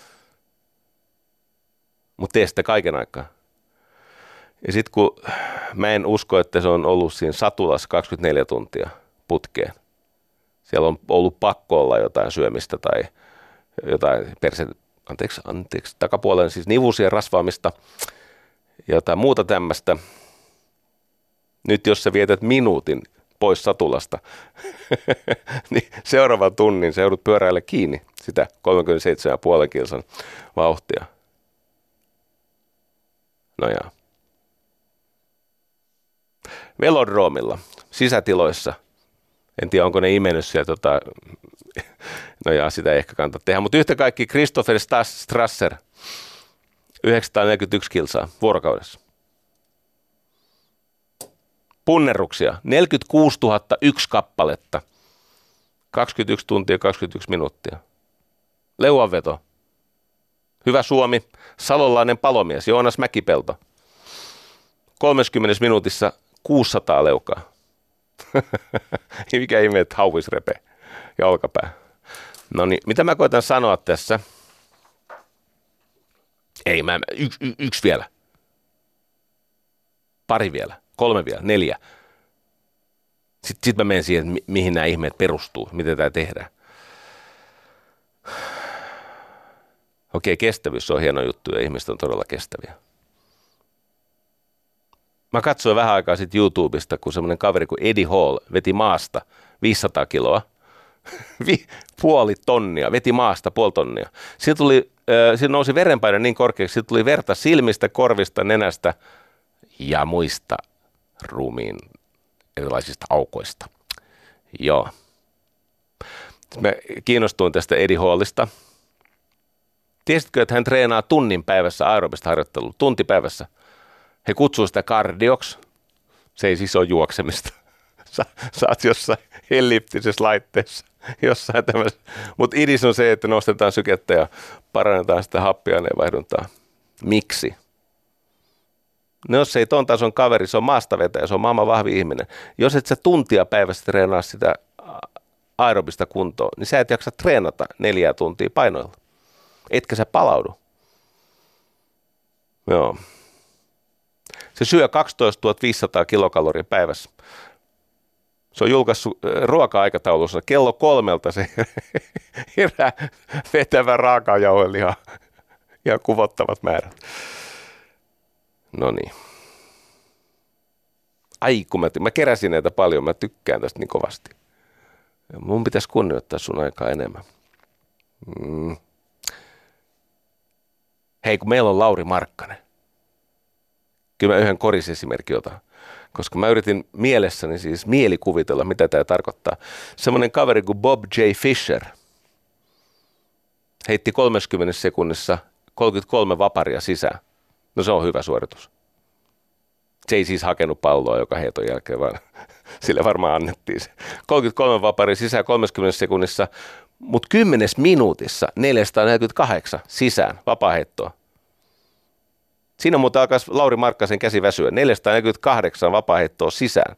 Mutta tee sitä kaiken aikaa. Ja sitten kun mä en usko, että se on ollut siinä satulassa kaksikymmentäneljä tuntia putkeen. Siellä on ollut pakko olla jotain syömistä tai jotain perse, anteeksi, anteeksi, takapuolen siis nivusien rasvaamista ja jotain muuta tämmöistä. Nyt jos sä vietät minuutin pois satulasta, niin seuraavan tunnin sä joudut pyöräille kiinni sitä kolmekymmentäseitsemän pilkku viisi kilsan vauhtia. No jaa. Velodroomilla, sisätiloissa. En tiedä, onko ne imennyt siellä, tota, no jaa, sitä ei ehkä kannata tehdä, mutta yhtä kaikki Christopher Strasser, yhdeksänsataaneljäkymmentäyksi kilsaa vuorokaudessa. Punnerruksia, neljäkymmentäkuusituhatta yksi kappaletta, kaksikymmentäyksi tuntia kaksikymmentäyksi minuuttia. Leuanveto, hyvä Suomi, salolainen palomies, Joonas Mäkipelto, kolmekymmentä minuutissa kuusisataa leukaa. Mikä ihme, että hauvis repee ja olkapää. No niin, mitä mä koitan sanoa tässä? Ei, mä, yksi, y, yksi vielä. Pari vielä, kolme vielä, neljä. Sitten sit mä menen siihen, mi- mihin nämä ihmeet perustuu, miten tämä tehdään. Okei, kestävyys on hieno juttu ja ihmiset on todella kestäviä. Mä katsoin vähän aikaa sitten YouTubesta, kun semmoinen kaveri kuin Eddie Hall veti maasta viisisataa kiloa, puoli tonnia, veti maasta puoli tonnia. Siitä, tuli, äh, siitä nousi verenpaine niin korkeaksi, siitä tuli verta silmistä, korvista, nenästä ja muista ruumiin erilaisista aukoista. Joo. Mä kiinnostuin tästä Eddie Hallista. Tiesitkö, että hän treenaa tunnin päivässä aerobista harjoittelua, tunti päivässä? He kutsuu sitä kardioksi. Se ei siis ole juoksemista. Sä, sä oot jossain elliptisessä laitteessa. Jossain tämmöisessä. Mutta idis on se, että nostetaan sykettä ja parannetaan sitä happiaineenvaihduntaa. Miksi? No jos ei ton tason kaveri, se on maastavetäjä, se on maailman vahvi ihminen. Jos et sä tuntia päivässä treenaa sitä aerobista kuntoa, niin sä et jaksa treenata neljää tuntia painoilla. Etkä sä palaudu. Joo. Se syö kaksitoistatuhatta viisisataa kilokaloria päivässä. Se on julkaissut ruoka-aikataulussa. Kello kolmelta se herää vetävä raakajauhelihaa ja kuvottavat määrät. No niin. Ai kun mä, mä keräsin näitä paljon, mä tykkään tästä niin kovasti. Mun pitäisi kunnioittaa sun aikaa enemmän. Mm. Hei, kun meillä on Lauri Markkanen. Kyllä mä yhden korisesimerkin otan, koska mä yritin mielessäni siis mielikuvitella, mitä tämä tarkoittaa. Semmoinen kaveri kuin Bob J. Fischer heitti kolmekymmentä sekunnissa kolmekymmentäkolme vaparia sisään. No se on hyvä suoritus. Se ei siis hakenut palloa joka heiton jälkeen, vaan sille varmaan annettiin se. kolmekymmentäkolme vaparia sisään kolmekymmentä sekunnissa, mutta kymmenessä minuutissa neljäsataaneljäkymmentäkahdeksan sisään vapaaheittoa. Siinä muuten alkaisi Lauri Markkasen käsi väsyä. neljäsataaneljäkymmentäkahdeksan vapaaheittoa sisään.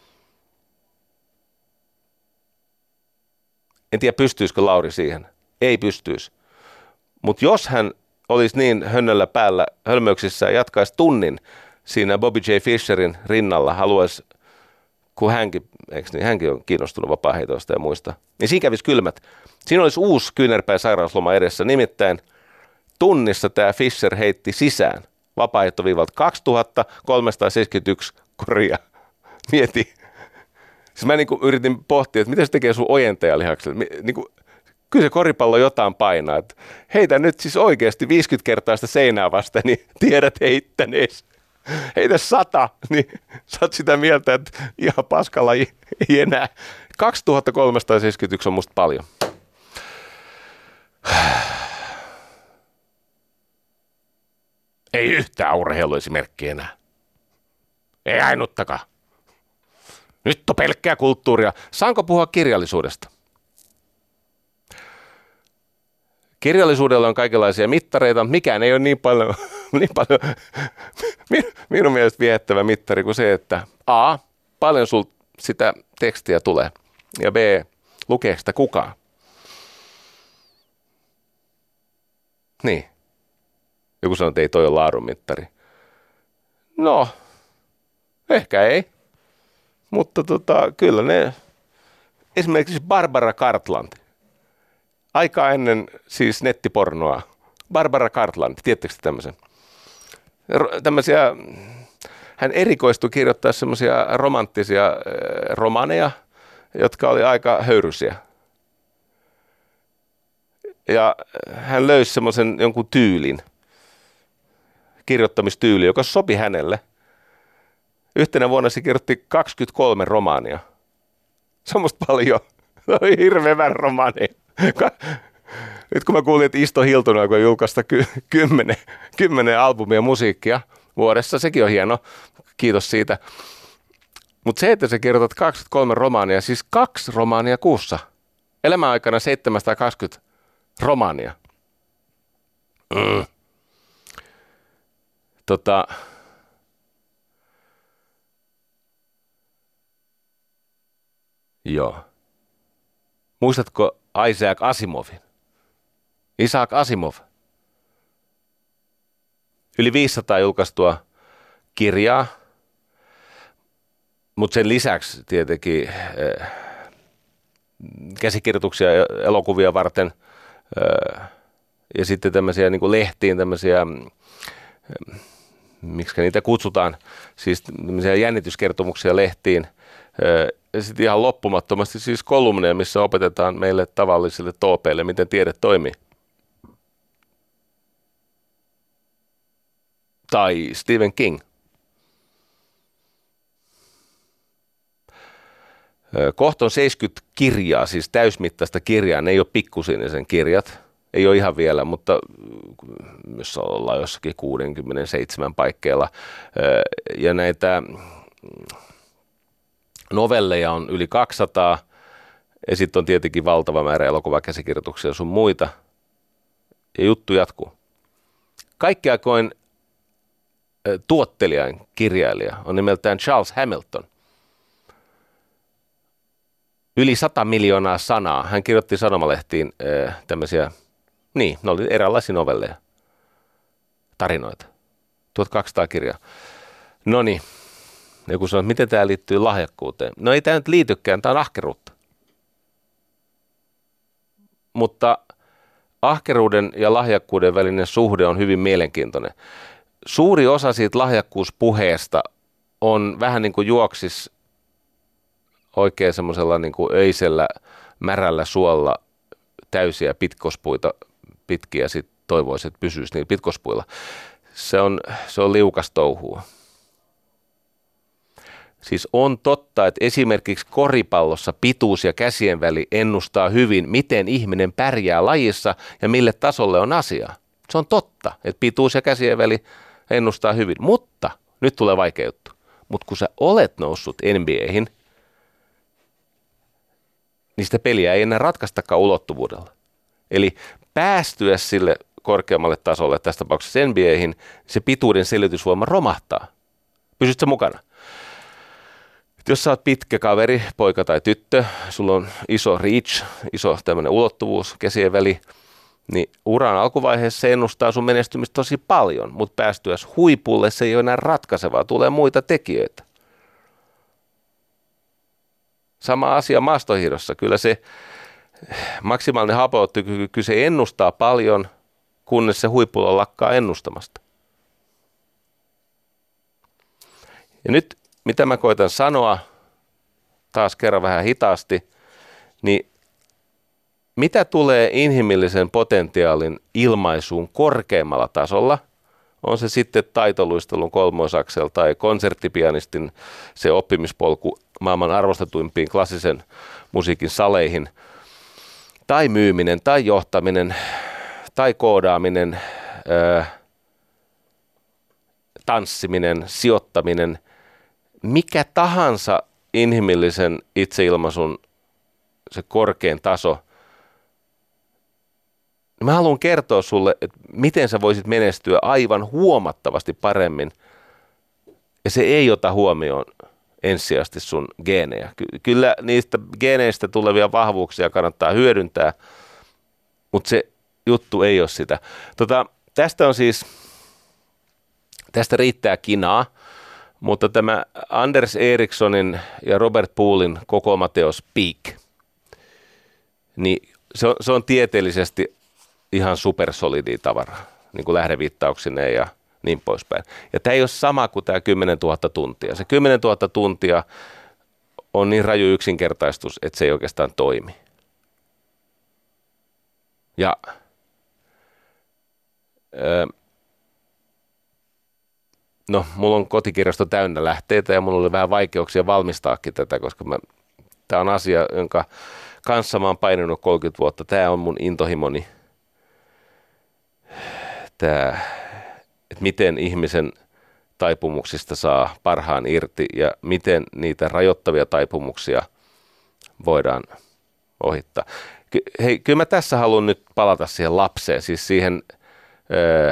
En tiedä, pystyisikö Lauri siihen. Ei pystyisi. Mutta jos hän olisi niin hönnöllä päällä hölmöyksissä ja jatkaisi tunnin siinä Bobby J. Fischerin rinnalla, haluaisi, kun hänkin, eikö niin, hänkin on kiinnostunut vapaaheitoista ja muista, niin siinä kävisi kylmät. Siinä olisi uusi kyynärpäin sairausloma edessä. Nimittäin tunnissa tämä Fischer heitti sisään vapaaheittoviivalta kaksituhattakolmesataaseitsemänkymmentäyksi koria. Mieti. Siis mä niin kuin yritin pohtia, että mitä se tekee sun ojentajalihakselle. Niin kuin, kyllä se koripallo jotain painaa. Että heitä nyt siis oikeasti viisikymmentä kertaa sitä seinää vasta, niin tiedät heittänees. Heitä sata, niin sä oot sitä mieltä, että ihan paskalla ei, ei enää. kaksituhattakolmesataaseitsemänkymmentäyksi on musta paljon. Ei yhtään urheiluesimerkkiä enää. Ei ainuttakaan. Nyt on pelkkää kulttuuria. Saanko puhua kirjallisuudesta? Kirjallisuudella on kaikenlaisia mittareita. Mikään ei ole niin paljon niin paljon minun mielestä viehättävä mittari kuin se, että A, paljon sul sitä tekstiä tulee ja B, lukee sitä kukaan. Niin. Joku sanoo, että ei toi ole laadun mittari. No, ehkä ei. Mutta tota, kyllä ne, esimerkiksi Barbara Cartland, aika ennen siis nettipornoa. Barbara Cartland, tiedättekö tämmöisen? Tämmöisiä, hän erikoistui kirjoittaa semmoisia romanttisia romaneja, jotka oli aika höyryisiä. Ja hän löysi semmoisen jonkun tyylin, kirjoittamistyyli, joka sopi hänelle. Yhtenä vuonna se kirjoitti kaksikymmentäkolme romaania. Se on musta paljon. Se oli hirveän vähän romaania. Nyt kun mä kuulin, että Isto Hiltun alkoi julkaista ky- kymmenen, kymmenen albumia musiikkia vuodessa, sekin on hieno. Kiitos siitä. Mutta se, että sä kirjoitat kaksikymmentäkolme romaania, siis kaksi romaania kuussa. Elämän aikana seitsemänsataakaksikymmentä romaania. Mm. Tota... Joo. Muistatko Isaac Asimovin? Isaac Asimov. Yli viisisataa julkaistua kirjaa, mutta sen lisäksi tietenkin äh, käsikirjoituksia elokuvia varten äh, ja sitten tämmöisiä niin kuin lehtiin tämmöisiä, äh, miksi niitä kutsutaan, siis tämmöisiä jännityskertomuksia lehtiin. Äh, ja sitten ihan loppumattomasti siis kolumneja, missä opetetaan meille tavallisille toopeille, miten tiede toimii. Tai Stephen King. Kohta on seitsemänkymmentä kirjaa, siis täysmittaista kirjaa. Ne ei ole pikkusinisen kirjat. Ei ole ihan vielä, mutta myös ollaan jossakin kuusikymmentäseitsemän paikkeilla. Ja näitä novelleja on yli kaksisataa. Ja sitten on tietenkin valtava määrä elokuvakäsikirjoituksia sun muita. Ja juttu jatkuu. Kaikki aikoin tuottelijain kirjailija on nimeltään Charles Hamilton. Yli sata miljoonaa sanaa. Hän kirjoitti sanomalehtiin äh, tämmöisiä, niin, ne oli eräänlaisia novelleja, tarinoita. tuhatkaksisataa kirjaa. No niin, joku sanoi, että miten tämä liittyy lahjakkuuteen. No ei tämä nyt liitykään, tämä on ahkeruutta. Mutta ahkeruuden ja lahjakkuuden välinen suhde on hyvin mielenkiintoinen. Suuri osa siitä lahjakkuuspuheesta on vähän niin kuin juoksis oikein semmoisella niin kuin öisellä märällä suolla täysiä pitkospuita pitkiä ja sitten toivoisi, että pysyisi niillä pitkospuilla. Se on, se on liukas touhua. Siis on totta, että esimerkiksi koripallossa pituus ja käsien väli ennustaa hyvin, miten ihminen pärjää lajissa ja mille tasolle on asiaa. Se on totta, että pituus ja käsien väli ennustaa hyvin, mutta nyt tulee vaikea juttu. Mutta kun sä olet noussut N B A:hin, niin sitä peliä ei enää ratkaistakaan ulottuvuudella. Eli päästyä sille korkeammalle tasolle, tässä tapauksessa N B A:hin, se pituuden selitysvoima romahtaa. Pysytkö mukana? Jos sä oot pitkä kaveri, poika tai tyttö, sulla on iso reach, iso tämmöinen ulottuvuus, käsien väli, niin uran alkuvaiheessa se ennustaa sun menestymistä tosi paljon, mutta päästyäs huipulle se ei ole enää ratkaisevaa, tulee muita tekijöitä. Sama asia maastohiihdossa. Kyllä se maksimaalinen hapeuttokyky, kyllä se ennustaa paljon, kunnes se huipulla lakkaa ennustamasta. Ja nyt, mitä mä koitan sanoa, taas kerran vähän hitaasti, niin mitä tulee inhimillisen potentiaalin ilmaisuun korkeammalla tasolla, on se sitten taitoluistelun kolmoisaksel tai konserttipianistin se oppimispolku maailman arvostetuimpiin klassisen musiikin saleihin, tai myyminen, tai johtaminen, tai koodaaminen, ää, tanssiminen, sijoittaminen, mikä tahansa inhimillisen itseilmaisun se korkein taso, Mä haluan kertoa sulle, että miten sä voisit menestyä aivan huomattavasti paremmin. Ja se ei ota huomioon ensisijaisesti sun geenejä. Ky- kyllä niistä geeneistä tulevia vahvuuksia kannattaa hyödyntää, mutta se juttu ei ole sitä. Tota, tästä on siis, tästä riittää kinaa, mutta tämä Anders Ericssonin ja Robert Poolin kokoomateos Peak, niin se on, se on tieteellisesti ihan supersolidi tavaraa, niin kuin lähdeviittauksineen ja niin poispäin. Ja tämä ei ole sama kuin tämä kymmenen tuhatta tuntia. Se kymmenen tuhatta tuntia on niin raju yksinkertaistus, että se ei oikeastaan toimi. Ja öö, no, mulla on kotikirjasto täynnä lähteitä ja mulla oli vähän vaikeuksia valmistaakin tätä, koska tämä on asia, jonka kanssa mä oon painanut kolmekymmentä vuotta. Tämä on mun intohimoni. Tämä, että miten ihmisen taipumuksista saa parhaan irti ja miten niitä rajoittavia taipumuksia voidaan ohittaa. Ky- hei, kyllä mä tässä haluan nyt palata siihen lapseen, siis siihen öö,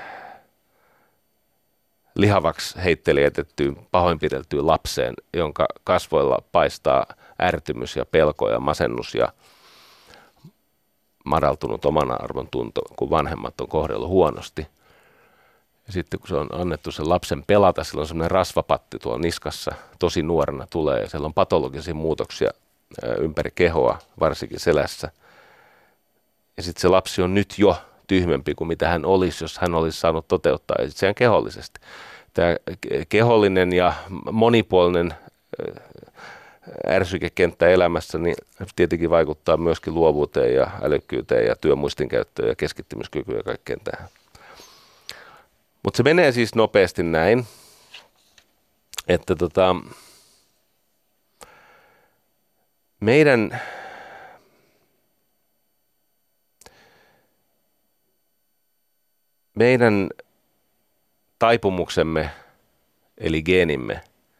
lihavaksi heittelijätettyyn, pahoinpideltyyn lapseen, jonka kasvoilla paistaa ärtymys ja pelko ja masennus ja madaltunut oman arvon tunto, kun vanhemmat on kohdellut huonosti. Ja sitten kun se on annettu sen lapsen pelata, sillä on semmoinen rasvapatti tuolla niskassa, tosi nuorena tulee ja siellä on patologisia muutoksia ympäri kehoa, varsinkin selässä. Ja sitten se lapsi on nyt jo tyhmempi kuin mitä hän olisi, jos hän olisi saanut toteuttaa itseään kehollisesti. Tämä kehollinen ja monipuolinen ärsykekenttä elämässä niin tietenkin vaikuttaa myöskin luovuuteen ja älykkyyteen ja työmuistin käyttöön ja keskittymiskykyyn ja kaikkeen tähän. Mutta se menee siis nopeasti näin, että tota, meidän meidän taipumuksemme eli geenimme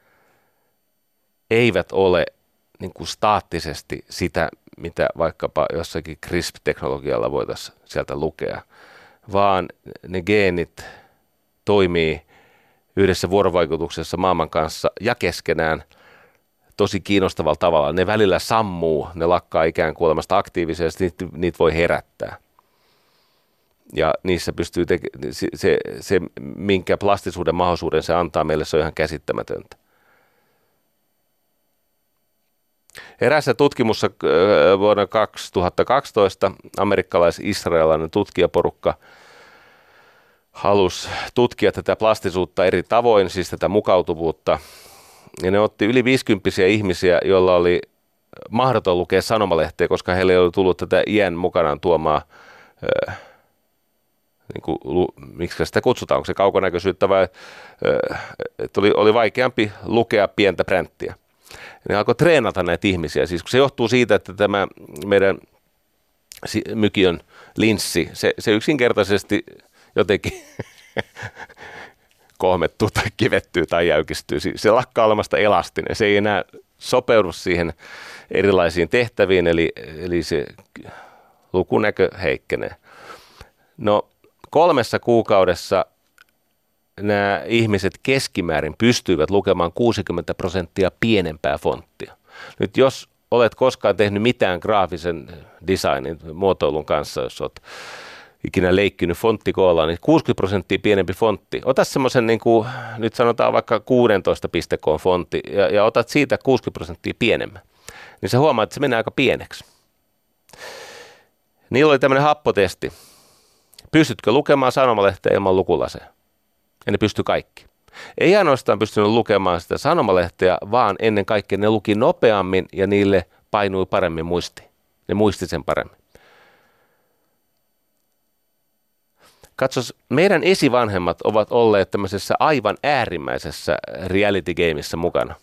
eivät ole niin kuin staattisesti sitä, mitä vaikkapa jossakin CRISP-teknologialla voitaisiin sieltä lukea, vaan ne geenit toimii yhdessä vuorovaikutuksessa maailman kanssa ja keskenään tosi kiinnostavalla tavalla. Ne välillä sammuu, ne lakkaa ikään kuin olemasta aktiivisesti, niitä, niitä voi herättää. Ja niissä pystyy tekemään, se, se, se, minkä plastisuuden mahdollisuuden se antaa meille, se on ihan käsittämätöntä. Eräässä tutkimussa vuonna kaksituhattakaksitoista amerikkalais-israelilainen tutkijaporukka halusi tutkia tätä plastisuutta eri tavoin, siis tätä mukautuvuutta. Ja ne otti yli viisikymppisiä ihmisiä, joilla oli mahdoton lukea sanomalehteä, koska heille ei ollut tullut tätä iän mukanaan tuomaa, äh, niin kuin, miksi sitä kutsutaan, onko se kaukonäköisyyttä vai, äh, että oli, oli vaikeampi lukea pientä pränttiä. Ne alkoi treenata näitä ihmisiä, siis kun se johtuu siitä, että tämä meidän mykiön linssi, se, se yksinkertaisesti jotenkin kohmettuu tai kivettyy tai jäykistyy. Se lakkaa olemasta elastinen. Se ei enää sopeudu siihen erilaisiin tehtäviin, eli, eli se lukunäkö heikkenee. No kolmessa kuukaudessa nämä ihmiset keskimäärin pystyivät lukemaan kuusikymmentä prosenttia pienempää fonttia. Nyt jos olet koskaan tehnyt mitään graafisen designin muotoilun kanssa, jos olet ikinä leikkinyt fonttikoolla, niin kuusikymmentä prosenttia pienempi fontti. Ota semmoisen, niin kuin nyt sanotaan vaikka kuusitoista piste com fontti, ja, ja otat siitä kuusikymmentä prosenttia pienemmän. Niin sä huomaat, että se menee aika pieneksi. Niillä oli tämmöinen happotesti. Pystytkö lukemaan sanomalehteä ilman lukulaseja? Ja ne pystyi kaikki. Ei ainoastaan pystynyt lukemaan sitä sanomalehteä, vaan ennen kaikkea ne luki nopeammin ja niille painui paremmin muistiin. Ne muisti sen paremmin. Katsos, meidän esivanhemmat ovat olleet tämmöisessä aivan äärimmäisessä reality gameissa mukana.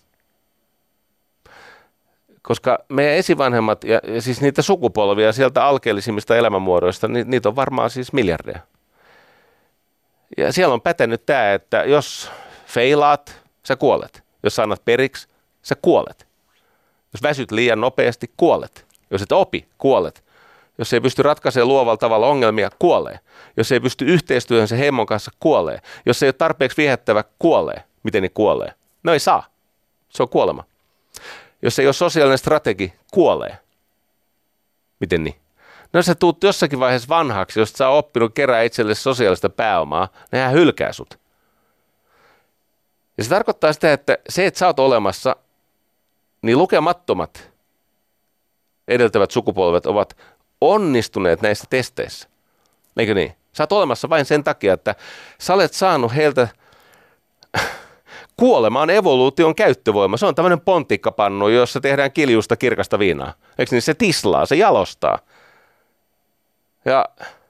Koska meidän esivanhemmat, ja, ja siis niitä sukupolvia sieltä alkeellisimmista elämänmuodoista, ni, niitä on varmaan siis miljardeja. Ja siellä on pätenyt tämä, että jos feilaat, sä kuolet. Jos annat periksi, sä kuolet. Jos väsyt liian nopeasti, kuolet. Jos et opi, kuolet. Jos ei pysty ratkaisemaan luovalla tavalla ongelmia, kuolee. Jos ei pysty yhteistyöhön se heimon kanssa, kuolee. Jos ei ole tarpeeksi viehättävä, kuolee. Miten niin kuolee? No ei saa. Se on kuolema. Jos ei ole sosiaalinen strategi, kuolee. Miten niin? No jos sä tuut jossakin vaiheessa vanhaksi, jos sä oot oppinut kerää itselle sosiaalista pääomaa, nehän hylkää sut. Ja se tarkoittaa sitä, että se, että sä oot olemassa, niin lukemattomat edeltävät sukupolvet ovat onnistuneet näissä testeissä. Eikö niin? Sä oot olemassa vain sen takia, että sä olet saanut heiltä kuolemaan evoluution käyttövoima. Se on tämmöinen pontikkapannu, jossa tehdään kiljusta kirkasta viinaa. Eikö niin? Se tislaa, se jalostaa. Ja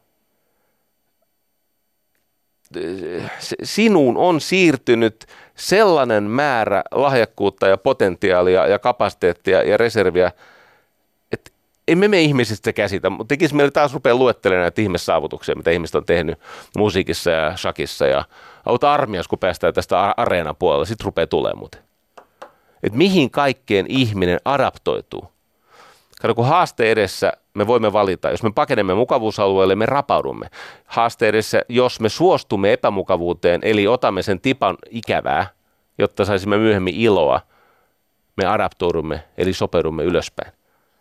sinuun on siirtynyt sellainen määrä lahjakkuutta ja potentiaalia ja kapasiteettia ja reserviä, että emme me ihmisistä käsitä, mutta tekisi meille taas rupeaa luettelemaan näitä ihmissaavutuksia, mitä ihmiset on tehnyt musiikissa ja shakissa ja auta armias, kun päästään tästä areenan puolella, sitten rupeaa tulemaan muuten. Että mihin kaikkeen ihminen adaptoituu. Kato, kun haaste edessä me voimme valita. Jos me pakenemme mukavuusalueelle, me rapaudumme. Haaste edessä, jos me suostumme epämukavuuteen, eli otamme sen tipan ikävää, jotta saisimme myöhemmin iloa, me adaptoidumme, eli sopeudumme ylöspäin.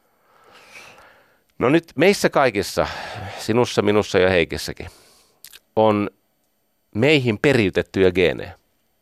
No nyt meissä kaikissa, sinussa, minussa ja Heikissäkin, on meihin periytettyjä geenejä,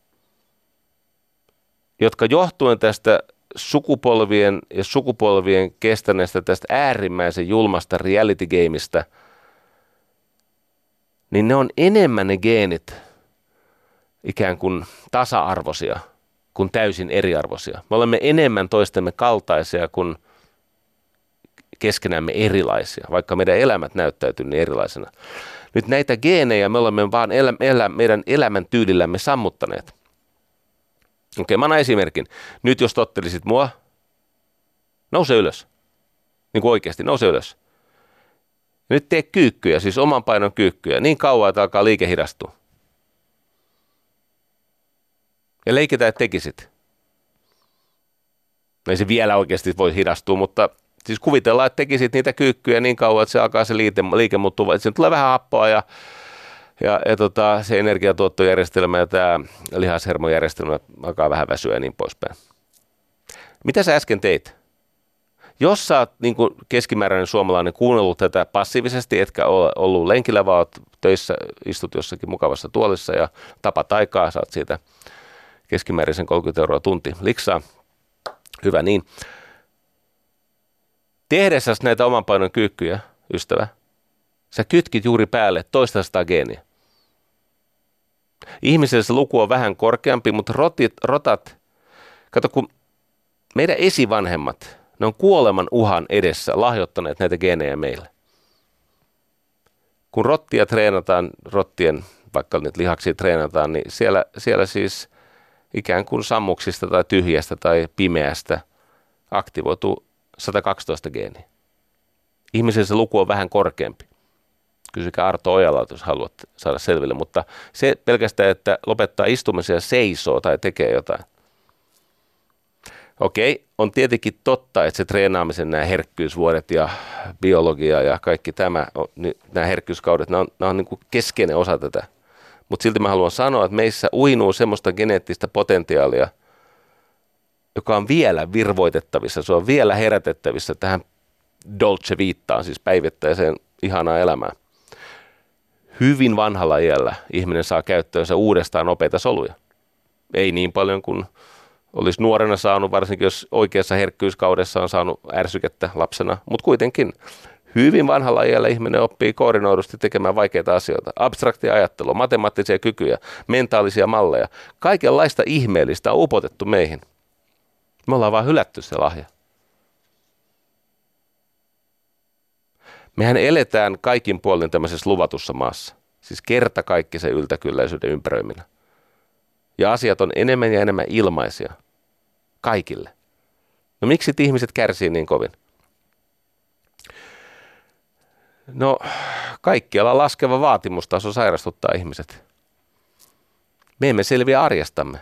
jotka johtuen tästä sukupolvien ja sukupolvien kestäneestä tästä äärimmäisen julmasta reality gameista, niin ne on enemmän ne geenit ikään kuin tasa-arvoisia kuin täysin eriarvoisia. Me olemme enemmän toistemme kaltaisia kuin keskenämme erilaisia, vaikka meidän elämät näyttäytyy niin erilaisena. Nyt näitä geenejä me olemme vaan elä, elä, meidän elämäntyylillämme sammuttaneet. Okei, mä annan esimerkin. Nyt jos tottelisit mua, nouse ylös. Niin kuin oikeasti, nouse ylös. Ja nyt tee kyykkyjä, siis oman painon kyykkyjä, niin kauan, että alkaa liike hidastua. Ja leikitään, että tekisit. No ei se vielä oikeasti voi hidastua, mutta siis kuvitellaan, että tekisit niitä kyykkyjä niin kauan, että se alkaa se liike, liike muuttua. Että siinä tulee vähän happoa ja Ja, ja tota, se energiatuottojärjestelmä ja tämä lihashermojärjestelmä alkaa vähän väsyä ja niin poispäin. Mitä sä äsken teit? Jos sä oot niin kuin keskimääräinen suomalainen kuunnellut tätä passiivisesti, etkä ole ollut lenkillä, vaan oot töissä, istut jossakin mukavassa tuolissa ja tapat aikaa, saat siitä keskimääräisen kolmekymmentä euroa tunti liksaa. Hyvä niin. Tehdessäsi näitä oman painon kyykkyjä, ystävä, sä kytkit juuri päälle toista sataa geeniä. Ihmisellä se luku on vähän korkeampi, mutta rotit, rotat, kato kun meidän esivanhemmat, ne on kuoleman uhan edessä lahjoittaneet näitä geenejä meille. Kun rottia treenataan, rottien, vaikka niitä lihaksia treenataan, niin siellä, siellä siis ikään kuin sammuksista tai tyhjästä tai pimeästä aktivoituu sata kaksitoista geeniä. Ihmisellä se luku on vähän korkeampi. Kysykää Arto Ojalalta, jos haluat saada selville, mutta se pelkästään, että lopettaa istumisen ja seisoo tai tekee jotain. Okei, on tietenkin totta, että se treenaamisen nämä herkkyysvuodet ja biologia ja kaikki tämä, nämä herkkyyskaudet, nämä on, nämä on niin kuin keskeinen osa tätä. Mutta silti mä haluan sanoa, että meissä uinuu semmoista geneettistä potentiaalia, joka on vielä virvoitettavissa, se on vielä herätettävissä tähän Dolce Vitaan, siis päivittäiseen ihanaan elämään. Hyvin vanhalla iällä ihminen saa käyttöönsä uudestaan nopeita soluja. Ei niin paljon kuin olisi nuorena saanut, varsinkin jos oikeassa herkkyyskaudessa on saanut ärsykettä lapsena, mutta kuitenkin hyvin vanhalla iällä ihminen oppii koordinoidusti tekemään vaikeita asioita. Abstraktia ajattelua, matemaattisia kykyjä, mentaalisia malleja. Kaikenlaista ihmeellistä on upotettu meihin. Me ollaan vaan hylätty se lahja. Mehän eletään kaikin puolin tämmöisessä luvatussa maassa. Siis kertakaikkisen yltäkylläisyyden ympäröiminä. Ja asiat on enemmän ja enemmän ilmaisia. Kaikille. No miksi ihmiset kärsii niin kovin? No kaikkialla laskeva vaatimustaso sairastuttaa ihmiset. Me emme selviä arjestamme.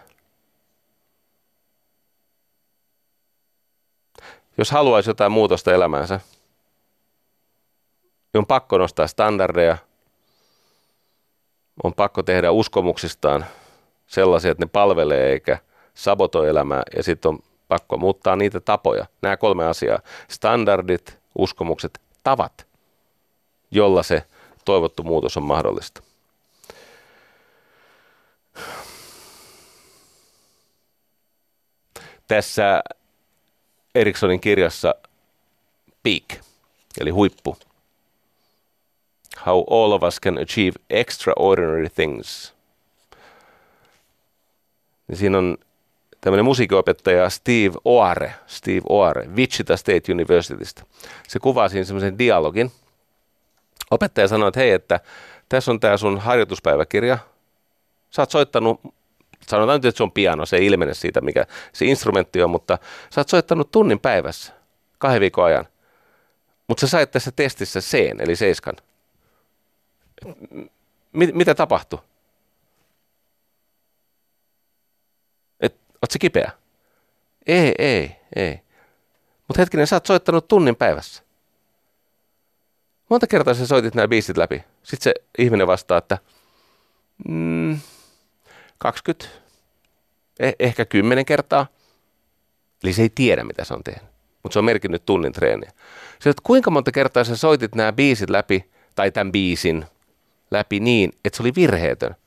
Jos haluaisi jotain muutosta elämäänsä, on pakko nostaa standardeja, on pakko tehdä uskomuksistaan sellaisia, että ne palvelee eikä sabotoi elämää, ja sitten on pakko muuttaa niitä tapoja. Nämä kolme asiaa, standardit, uskomukset, tavat, jolla se toivottu muutos on mahdollista. Tässä Eriksonin kirjassa Peak, eli huippu. How all of us can achieve extraordinary things. Ja siinä on tämmöinen musiikinopettaja Steve Oare, Steve Oare, Wichita State Universitystä. Se kuvaa siinä semmoisen dialogin. Opettaja sanoi, että hei, että tässä on tämä sun harjoituspäiväkirja. Sä oot soittanut, sanotaan nyt, että se on piano, se ei ilmene siitä, mikä se instrumentti on, mutta sä oot soittanut tunnin päivässä, kahden viikon ajan. Mutta sä sait tässä testissä C:n, eli seiskan. Mit, mitä tapahtui? Et, oot sä kipeä? Ei, ei, ei. Mutta hetkinen, sä oot soittanut tunnin päivässä. Monta kertaa sä soitit nämä biisit läpi. Sitten se ihminen vastaa, että mm, kaksikymmentä, eh, ehkä kymmenen kertaa. Eli se ei tiedä, mitä se on tehnyt. Mutta se on merkinnyt tunnin treeniä. Sä, että kuinka monta kertaa sä soitit nämä biisit läpi, tai tämän biisin läpi niin, että se oli virheetön.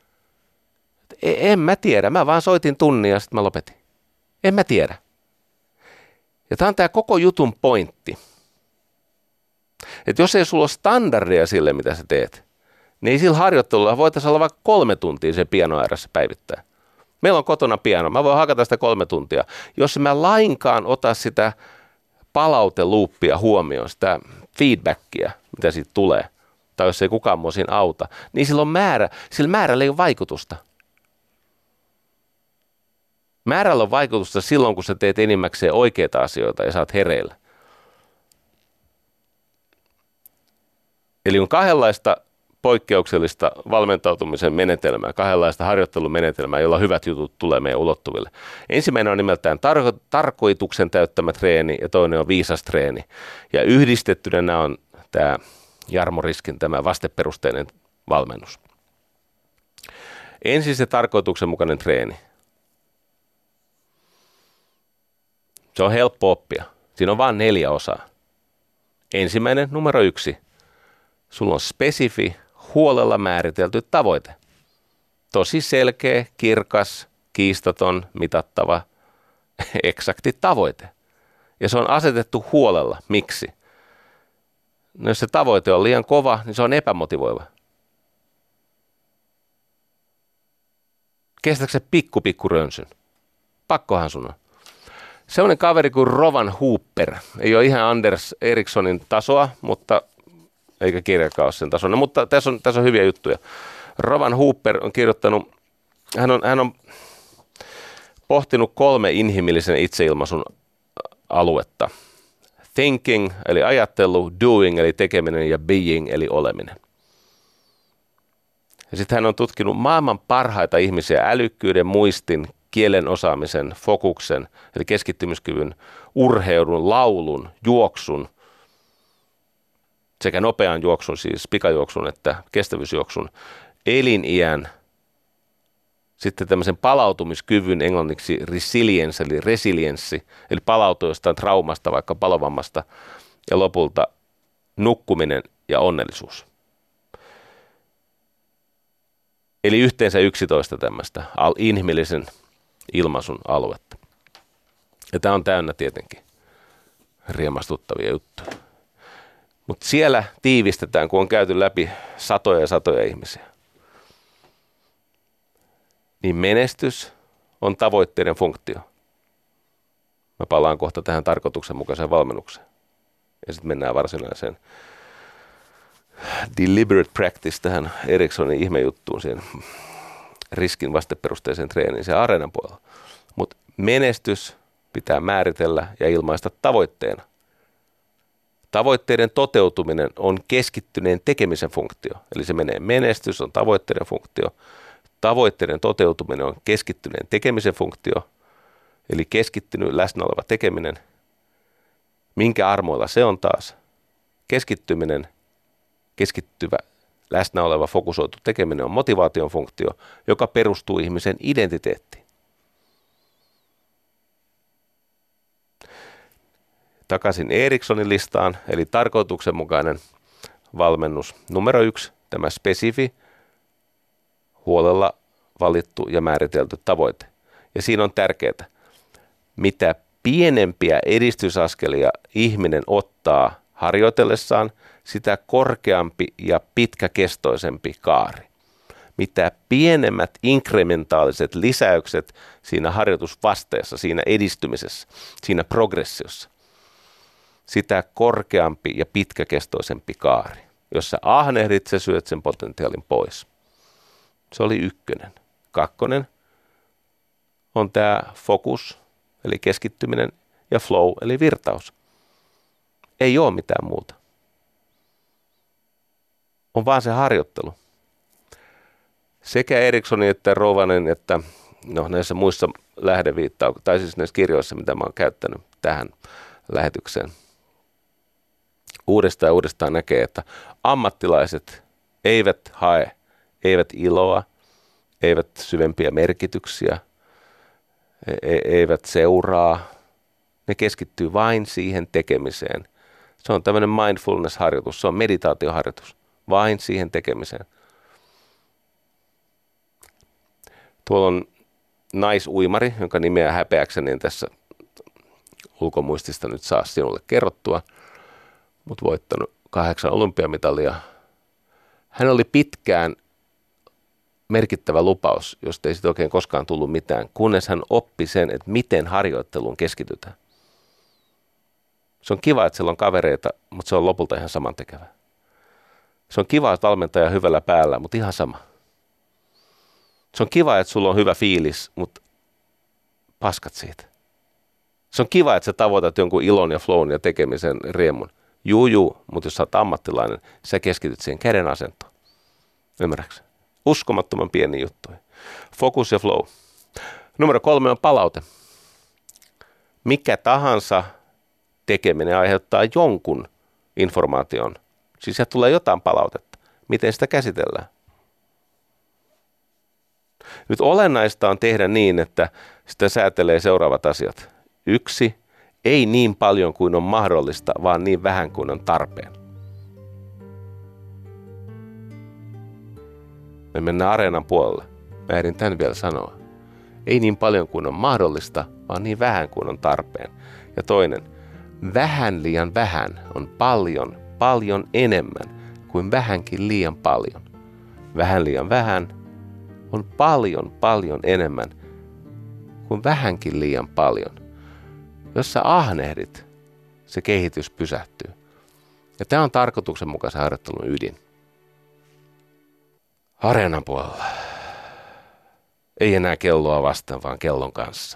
En mä tiedä, mä vaan soitin tunnin ja sitten mä lopetin. En mä tiedä. Ja tämä on tämä koko jutun pointti. Että jos ei sulla ole standardia sille, mitä sä teet, niin sillä harjoittelulla voitaisiin olla vaikka kolme tuntia sen piano ääressä päivittäin. Meillä on kotona piano, mä voin hakata sitä kolme tuntia. Jos mä lainkaan ota sitä palauteluuppia huomioon, sitä feedbackia, mitä siitä tulee, tai jos ei kukaan mua siinä auta, niin sillä on määrä, sillä määrällä ei ole vaikutusta. Määrällä on vaikutusta silloin, kun sä teet enimmäkseen oikeita asioita ja sä oot hereillä. Eli on kahdenlaista poikkeuksellista valmentautumisen menetelmää, kahdenlaista harjoittelumenetelmää, jolla hyvät jutut tulee meidän ulottuville. Ensimmäinen on nimeltään tarko- tarkoituksen täyttämä treeni ja toinen on viisas treeni. Ja yhdistettynä nämä on tämä Jarmo Riskin tämä vasteperusteinen valmennus. Ensin se tarkoituksenmukainen treeni. Se on helppo oppia. Siinä on vain neljä osaa. Ensimmäinen, numero yksi. Sulla on spesifi, huolella määritelty tavoite. Tosi selkeä, kirkas, kiistaton, mitattava, eksakti tavoite. Ja se on asetettu huolella. Miksi? No jos se tavoite on liian kova, niin se on epämotivoiva. Kestääkö se pikku pikku rönsyn? Pakkohan sun on. Sellainen kaveri kuin Rowan Hooper. Ei ole ihan Anders Ericssonin tasoa, mutta eikä kirjakaan ole sen tasoinen, mutta tässä on, tässä on hyviä juttuja. Rowan Hooper on kirjoittanut, hän on, hän on pohtinut kolme inhimillisen itseilmaisun aluetta. Thinking, eli ajattelu, doing, eli tekeminen, ja being, eli oleminen. Ja sitten hän on tutkinut maailman parhaita ihmisiä älykkyyden, muistin, kielen osaamisen, fokuksen, eli keskittymiskyvyn, urheilun, laulun, juoksun, sekä nopean juoksun, siis pikajuoksun että kestävyysjuoksun, eliniän, sitten tämmöisen palautumiskyvyn, englanniksi resilience, eli resilienssi, eli palautua jostain traumasta, vaikka palovammasta, ja lopulta nukkuminen ja onnellisuus. Eli yhteensä yksitoista tämmöistä inhimillisen ilmaisun aluetta. Ja tämä on täynnä tietenkin riemastuttavia juttuja. Mutta siellä tiivistetään, kun on käyty läpi satoja ja satoja ihmisiä. Niin menestys on tavoitteiden funktio. Mä palaan kohta tähän tarkoituksenmukaiseen valmennukseen. Ja sitten mennään varsinaiseen deliberate practice tähän Ericssonin ihmejuttuun, siihen riskin vasteperusteiseen treeniin, se areenan puolella. Mutta menestys pitää määritellä ja ilmaista tavoitteena. Tavoitteiden toteutuminen on keskittyneen tekemisen funktio. Eli se menee menestys on tavoitteiden funktio. Tavoitteiden toteutuminen on keskittyneen tekemisen funktio. Eli keskittynyt läsnä oleva tekeminen. Minkä armoilla se on taas? Keskittyminen keskittyvä, läsnä oleva, fokusoitu tekeminen on motivaation funktio, joka perustuu ihmisen identiteettiin. Takaisin Erikssonin listaan, eli tarkoituksenmukainen valmennus. Numero yksi, tämä spesifi, huolella valittu ja määritelty tavoite. Ja siinä on tärkeää, mitä pienempiä edistysaskelia ihminen ottaa harjoitellessaan, sitä korkeampi ja pitkäkestoisempi kaari. Mitä pienemmät inkrementaaliset lisäykset siinä harjoitusvasteessa, siinä edistymisessä, siinä progressiossa, sitä korkeampi ja pitkäkestoisempi kaari. Jos sä ahnehdit, sä syöt sen potentiaalin pois. Se oli ykkönen. Kakkonen on tämä fokus, eli keskittyminen, ja flow, eli virtaus. Ei ole mitään muuta. On vaan se harjoittelu. Sekä Erikssonin että Rovanen, että no, näissä muissa lähdeviittauksissa, tai siis näissä kirjoissa, mitä mä oon käyttänyt tähän lähetykseen, uudestaan ja uudestaan näkee, että ammattilaiset eivät hae, eivät iloa, eivät syvempiä merkityksiä, e- eivät seuraa. Ne keskittyy vain siihen tekemiseen. Se on tämmöinen mindfulness-harjoitus, se on meditaatioharjoitus, vain siihen tekemiseen. Tuolla on naisuimari, jonka nimeä häpeäkseni en tässä ulkomuistista nyt saa sinulle kerrottua, mutta voittanut kahdeksan olympiamitalia. Hän oli pitkään merkittävä lupaus, josta ei sitten oikein koskaan tullut mitään, kunnes hän oppi sen, että miten harjoitteluun keskitytään. Se on kiva, että siellä on kavereita, mutta se on lopulta ihan samantekevä. Se on kiva, että valmentaja on hyvällä päällä, mutta ihan sama. Se on kiva, että sulla on hyvä fiilis, mutta paskat siitä. Se on kiva, että sä tavoitat jonkun ilon ja flown ja tekemisen riemun. Juu, juu, mutta jos sä oot ammattilainen, sä keskityt siihen käden asentoon. Ymmärrätkö? Uskomattoman pieni juttu. Fokus ja flow. Numero kolme on palaute. Mikä tahansa tekeminen aiheuttaa jonkun informaation. Siis sieltä tulee jotain palautetta. Miten sitä käsitellään? Nyt olennaista on tehdä niin, että sitä säätelee seuraavat asiat. Yksi, ei niin paljon kuin on mahdollista, vaan niin vähän kuin on tarpeen. Me mennään areenan puolelle. Mä ehdin tämän vielä sanoa. Ei niin paljon kuin on mahdollista, vaan niin vähän kuin on tarpeen. Ja toinen, vähän liian vähän on paljon, paljon enemmän kuin vähänkin liian paljon. Vähän liian vähän on paljon, paljon enemmän kuin vähänkin liian paljon. Jos sä ahnehdit, se kehitys pysähtyy. Ja tämä on tarkoituksenmukaisen harjoittelun ydin. Areenan puolella. Ei enää kelloa vastaan, vaan kellon kanssa.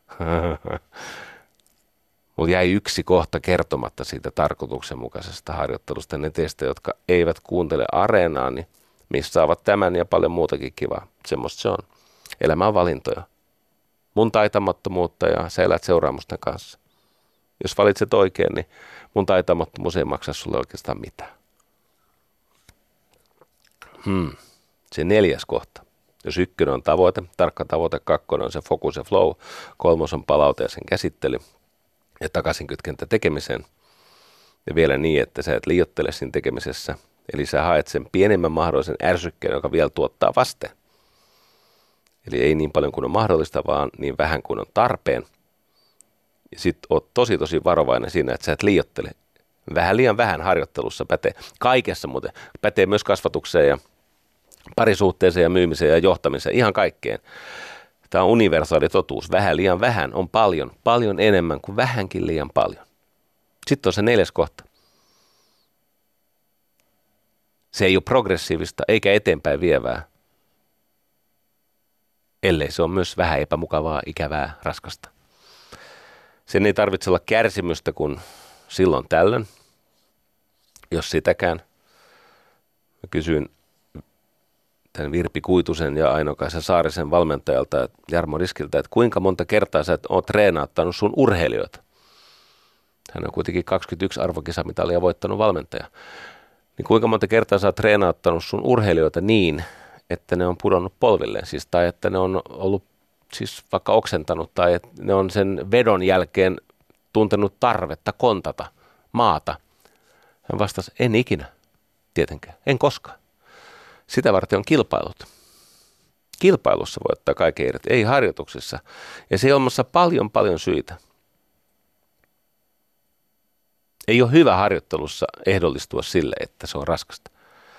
Mulla jäi yksi kohta kertomatta siitä tarkoituksenmukaisesta harjoittelusta. Ne teistä, jotka eivät kuuntele Areenaa, niin missaavat tämän ja paljon muutakin kivaa. Semmosta se on. Elämä on valintoja. Mun taitamattomuutta ja sä elät seuraamusten kanssa. Jos valitset oikein, niin mun taitamattomuus ei maksa sulle oikeastaan mitään. Hmm. Se neljäs kohta. Jos ykkönen on tavoite, tarkka tavoite, kakkonen on se fokus ja flow, kolmos on palaute ja sen käsittely ja takaisin kytkentä tekemiseen. Ja vielä niin, että sä et liioittele siinä tekemisessä. Eli sä haet sen pienemmän mahdollisen ärsykkeen, joka vielä tuottaa vasteen. Eli ei niin paljon kuin on mahdollista, vaan niin vähän kuin on tarpeen. Ja sit oot tosi tosi varovainen siinä, että sä et liioittele. Vähän liian vähän harjoittelussa pätee. Kaikessa muuten. Pätee myös kasvatukseen ja parisuhteeseen ja myymiseen ja johtamiseen. Ihan kaikkeen. Tämä on universaali totuus. Vähän liian vähän on paljon. Paljon enemmän kuin vähänkin liian paljon. Sitten on se neljäs kohta. Se ei ole progressiivista eikä eteenpäin vievää, ellei se on myös vähän epämukavaa, ikävää, raskasta. Sen ei tarvitse olla kärsimystä kuin silloin tällöin, jos sitäkään. Mä kysyin tämän Virpi Kuitusen ja Aino-Kaisa Saarisen valmentajalta Jarmo Riskiltä, että kuinka monta kertaa sä oot treenauttanut sun urheilijoita. Hän on kuitenkin kaksikymmentäyksi arvokisamitalia voittanut valmentaja. niin kuinka monta kertaa sä oot treenauttanut sun urheilijoita niin, että ne on pudonnut polvilleen, siis, tai että ne on ollut siis vaikka oksentanut, tai että ne on sen vedon jälkeen tuntenut tarvetta kontata maata. Hän vastasi, en ikinä, tietenkään, en koskaan. Sitä varten on kilpailut. Kilpailussa voi ottaa kaiken irti, ei harjoituksessa. Ja se on olemassa paljon, paljon syitä. Ei ole hyvä harjoittelussa ehdollistua sille, että se on raskasta.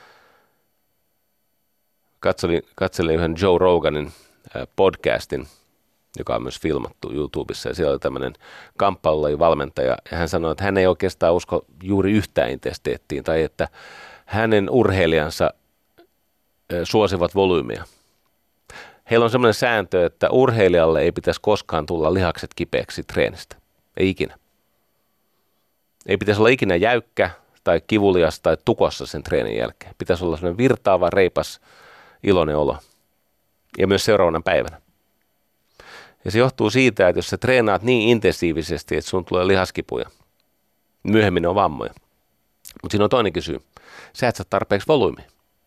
Katselin, katselin yhden Joe Roganin podcastin, joka on myös filmattu YouTubessa, ja siellä oli tämmöinen kamppailulajivalmentaja, ja hän sanoi, että hän ei oikeastaan usko juuri yhtään intensiteettiin, tai että hänen urheilijansa suosivat volyymiä. Heillä on semmoinen sääntö, että urheilijalle ei pitäisi koskaan tulla lihakset kipeäksi treenistä. Ei ikinä. Ei pitäisi olla ikinä jäykkä tai kivulias tai tukossa sen treenin jälkeen. Pitäisi olla semmoinen virtaava, reipas, iloinen olo. Ja myös seuraavana päivänä. Ja se johtuu siitä, että jos sä treenaat niin intensiivisesti, että sun tulee lihaskipuja, myöhemmin on vammoja. Mutta siinä on toinenkin syy. Sä et saa tarpeeksi volyymia.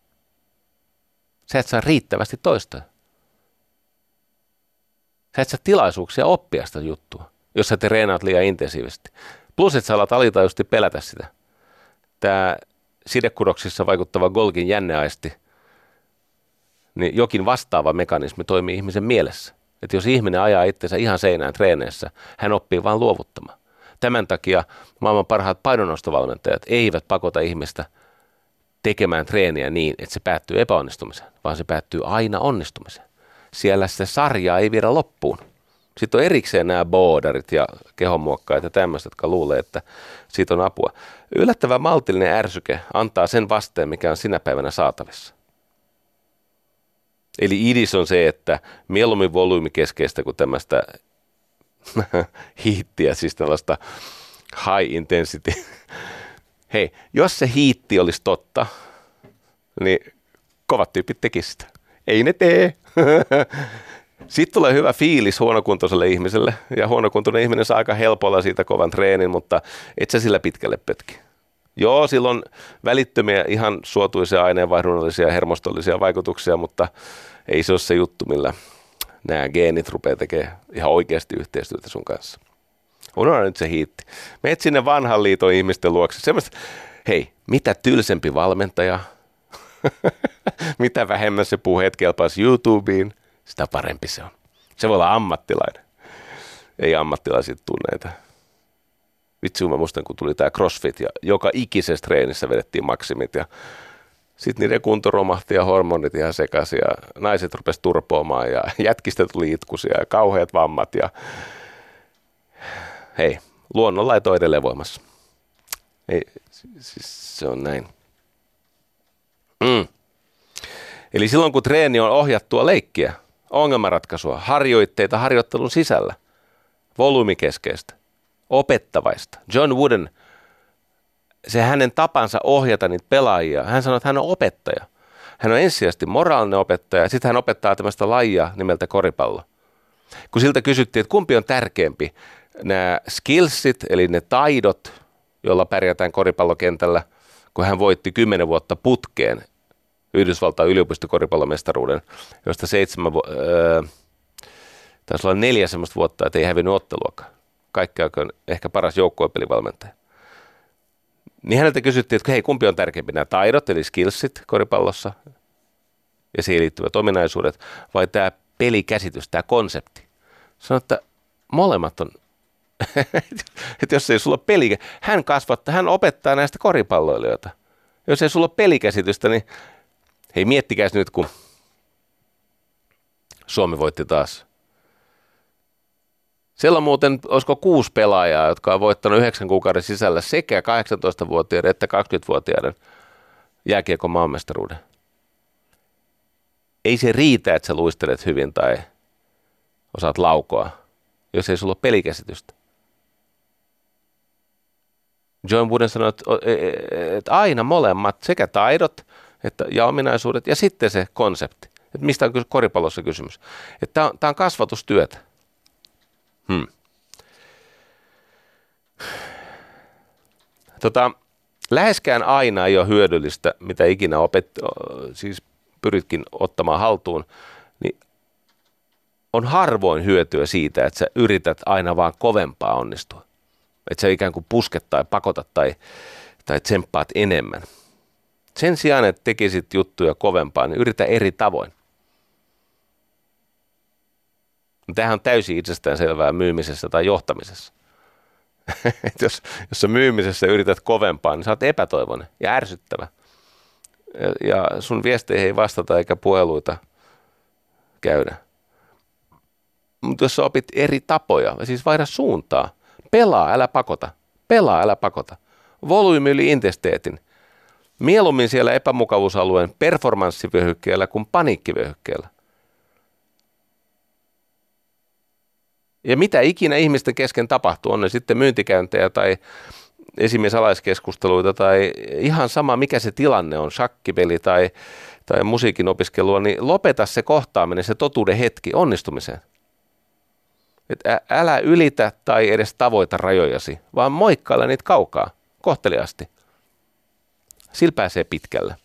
Sä et saa riittävästi toistoja. Sä et saa tilaisuuksia oppia sitä juttua, jos sä treenaat liian intensiivisesti. Plus, että sä alat alitajuisesti pelätä sitä. Tämä sidekudoksissa vaikuttava Golgin jänneaisti, niin jokin vastaava mekanismi toimii ihmisen mielessä. Että jos ihminen ajaa itsensä ihan seinään treeneissä, hän oppii vain luovuttamaan. Tämän takia maailman parhaat painonnostovalmentajat eivät pakota ihmistä tekemään treeniä niin, että se päättyy epäonnistumiseen, vaan se päättyy aina onnistumiseen. Siellä se sarja ei viedä loppuun. Sitten on erikseen nämä boodarit ja kehonmuokkaajat ja tämmöiset, jotka luulee, että siitä on apua. Yllättävän maltillinen ärsyke antaa sen vasteen, mikä on sinä päivänä saatavissa. Eli idis on se, että mieluummin volyymikeskeistä kuin tämmöistä hiittiä, siis tällaista high intensity. Hei, jos se hiitti olisi totta, niin kovat tyypit tekisivät sitä. Ei ne tee. Sitten tulee hyvä fiilis huonokuntoiselle ihmiselle, ja huonokuntoinen ihminen saa aika helpolla siitä kovan treenin, mutta et sä sillä pitkälle pötki. Joo, silloin välittömiä ihan suotuisia aineenvaihdunnallisia ja hermostollisia vaikutuksia, mutta ei se ole se juttu, millä nämä geenit rupeaa tekemään ihan oikeasti yhteistyötä sun kanssa. Unohda nyt se hiitti. Meet sinne vanhan liiton ihmisten luokse. Semmoista, hei, mitä tylsempi valmentaja, mitä vähemmän se puheet kelpaisi YouTubeen, sitä parempi se on. Se voi olla ammattilainen. Ei ammattilaiset tunneita. Vitsi, mä muistan, kun tuli tää CrossFit ja joka ikisessä treenissä vedettiin maksimit ja sitten niiden kunto romahti ja hormonit ihan sekaisin ja naiset rupesi turpoamaan ja jätkistä tuli itkusia ja kauheat vammat ja hei, luonnonlaito on edelleen voimassa. Ei, siis se on näin. Mm. Eli silloin kun treeni on ohjattua leikkiä, ongelmanratkaisua, harjoitteita harjoittelun sisällä, volyymikeskeistä, opettavaista. John Wooden, se hänen tapansa ohjata niitä pelaajia, hän sanoi, että hän on opettaja. Hän on ensisijaisesti moraalinen opettaja, sitten hän opettaa tämmöistä lajia nimeltä koripallo. Kun siltä kysyttiin, että kumpi on tärkeämpi, nämä skillsit, eli ne taidot, joilla pärjätään koripallokentällä, kun hän voitti kymmenen vuotta putkeen Yhdysvaltain yliopistokoripallomestaruuden, josta seitsemän, öö, taisi olla neljä semmoista vuotta, että ei hävinnyt otteluakaan. Kaikki on ehkä paras joukkuepelivalmentaja. Niin häneltä kysyttiin, että hei, kumpi on tärkeämpi, nämä taidot, eli skillsit koripallossa ja siihen liittyvät ominaisuudet, vai tämä pelikäsitys, tämä konsepti. Sanoin, että molemmat on, että jos ei sulla ole peli, hän kasvattaa, hän opettaa näistä koripalloilijoita. Jos ei sulla ole pelikäsitystä, niin hei, miettikäs nyt, kun Suomi voitti taas. Siellä on muuten, olisiko kuusi pelaajaa, jotka on voittanut yhdeksän kuukauden sisällä sekä kahdeksantoistavuotiaiden että kaksikymmentävuotiaiden jääkiekon maanmestaruuden. Ei se riitä, että sä luistelet hyvin tai osaat laukoa, jos ei sulla ole pelikäsitystä. John Wooden sanoi, että aina molemmat, sekä taidot että, ja ominaisuudet, ja sitten se konsepti. Että mistä on koripallossa kysymys. Että tämä on kasvatustyötä. Hmm. Tota, Läheskään aina ei ole hyödyllistä, mitä ikinä opet, siis pyritkin ottamaan haltuun, niin on harvoin hyötyä siitä, että sä yrität aina vaan kovempaa onnistua. Että sä ikään kuin pusket tai pakotat tai, tai tsemppaat enemmän. Sen sijaan, että tekisit juttuja kovempaa, niin yritä eri tavoin. Tämähän on täysin itsestäänselvää myymisessä tai johtamisessa. jos, jos sä myymisessä yrität kovempaa, niin sä oot epätoivoinen ja ärsyttävä. Ja, ja sun viesteihin ei vastata eikä puheluita käydä. Mutta jos sä opit eri tapoja, siis vaihda suuntaa, pelaa, älä pakota, pelaa, älä pakota. Volyymi yli intesteetin. Mieluummin siellä epämukavuusalueen performanssivyöhykkeellä kuin paniikkivyöhykkeellä. Ja mitä ikinä ihmisten kesken tapahtuu, on ne sitten myyntikäyntejä tai esimiesalaiskeskusteluita tai ihan sama mikä se tilanne on, shakkipeli tai, tai musiikin opiskelua, niin lopeta se kohtaaminen, se totuuden hetki onnistumiseen. Et älä ylitä tai edes tavoita rajojasi, vaan moikkaile niitä kaukaa, kohteliaasti. Sillä pääsee pitkälle.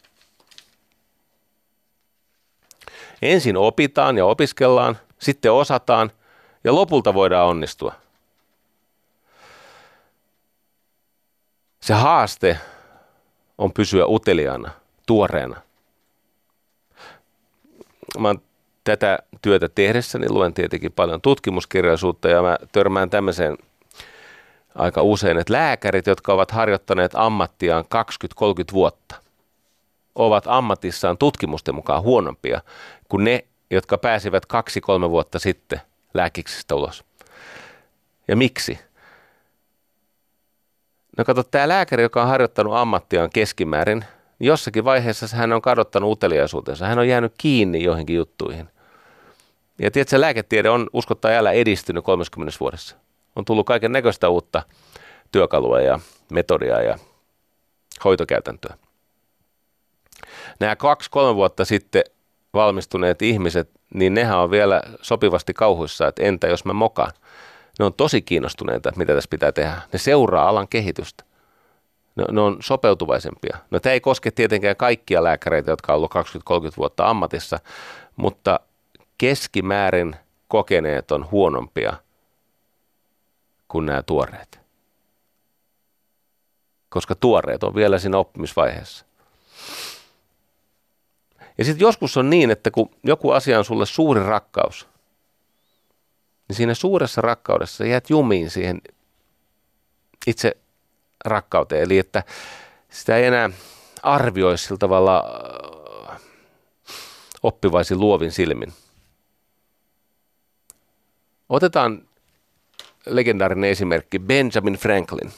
Ensin opitaan ja opiskellaan, sitten osataan ja lopulta voidaan onnistua. Se haaste on pysyä uteliaana, tuoreena. Mä oon tätä työtä tehdessäni luen tietenkin paljon tutkimuskirjallisuutta ja mä törmään tämmöiseen aika usein, että lääkärit, jotka ovat harjoittaneet ammattiaan kaksikymmentä kolmekymmentä vuotta, ovat ammatissaan tutkimusten mukaan huonompia kuin ne, jotka pääsivät kaksi kolme vuotta sitten lääkiksistä ulos. Ja miksi? No kato, tämä lääkäri, joka on harjoittanut ammattiaan keskimäärin, jossakin vaiheessa hän on kadottanut uteliaisuutensa. Hän on jäänyt kiinni joihinkin juttuihin. Ja tiedätkö, lääketiede on uskottaa älä edistynyt kolmekymmentä vuodessa. On tullut kaiken näköistä uutta työkalua ja metodia ja hoitokäytäntöä. Nämä kaksi kolme vuotta sitten valmistuneet ihmiset, niin nehän on vielä sopivasti kauhuissa, että entä jos mä mokaan. Ne on tosi kiinnostuneita, mitä tässä pitää tehdä. Ne seuraa alan kehitystä. Ne, ne on sopeutuvaisempia. No tämä ei koske tietenkään kaikkia lääkäreitä, jotka on ollut kaksikymmentä kolmekymmentä vuotta ammatissa, mutta keskimäärin kokeneet on huonompia kuin nämä tuoreet. Koska tuoreet on vielä siinä oppimisvaiheessa. Ja sitten joskus on niin, että kun joku asia on sulle suuri rakkaus, niin siinä suuressa rakkaudessa jäät jumiin siihen itse rakkauteen. Eli että sitä ei enää arvioi sillä tavalla oppivaisin luovin silmin. Otetaan legendaarinen esimerkki Benjamin Franklin.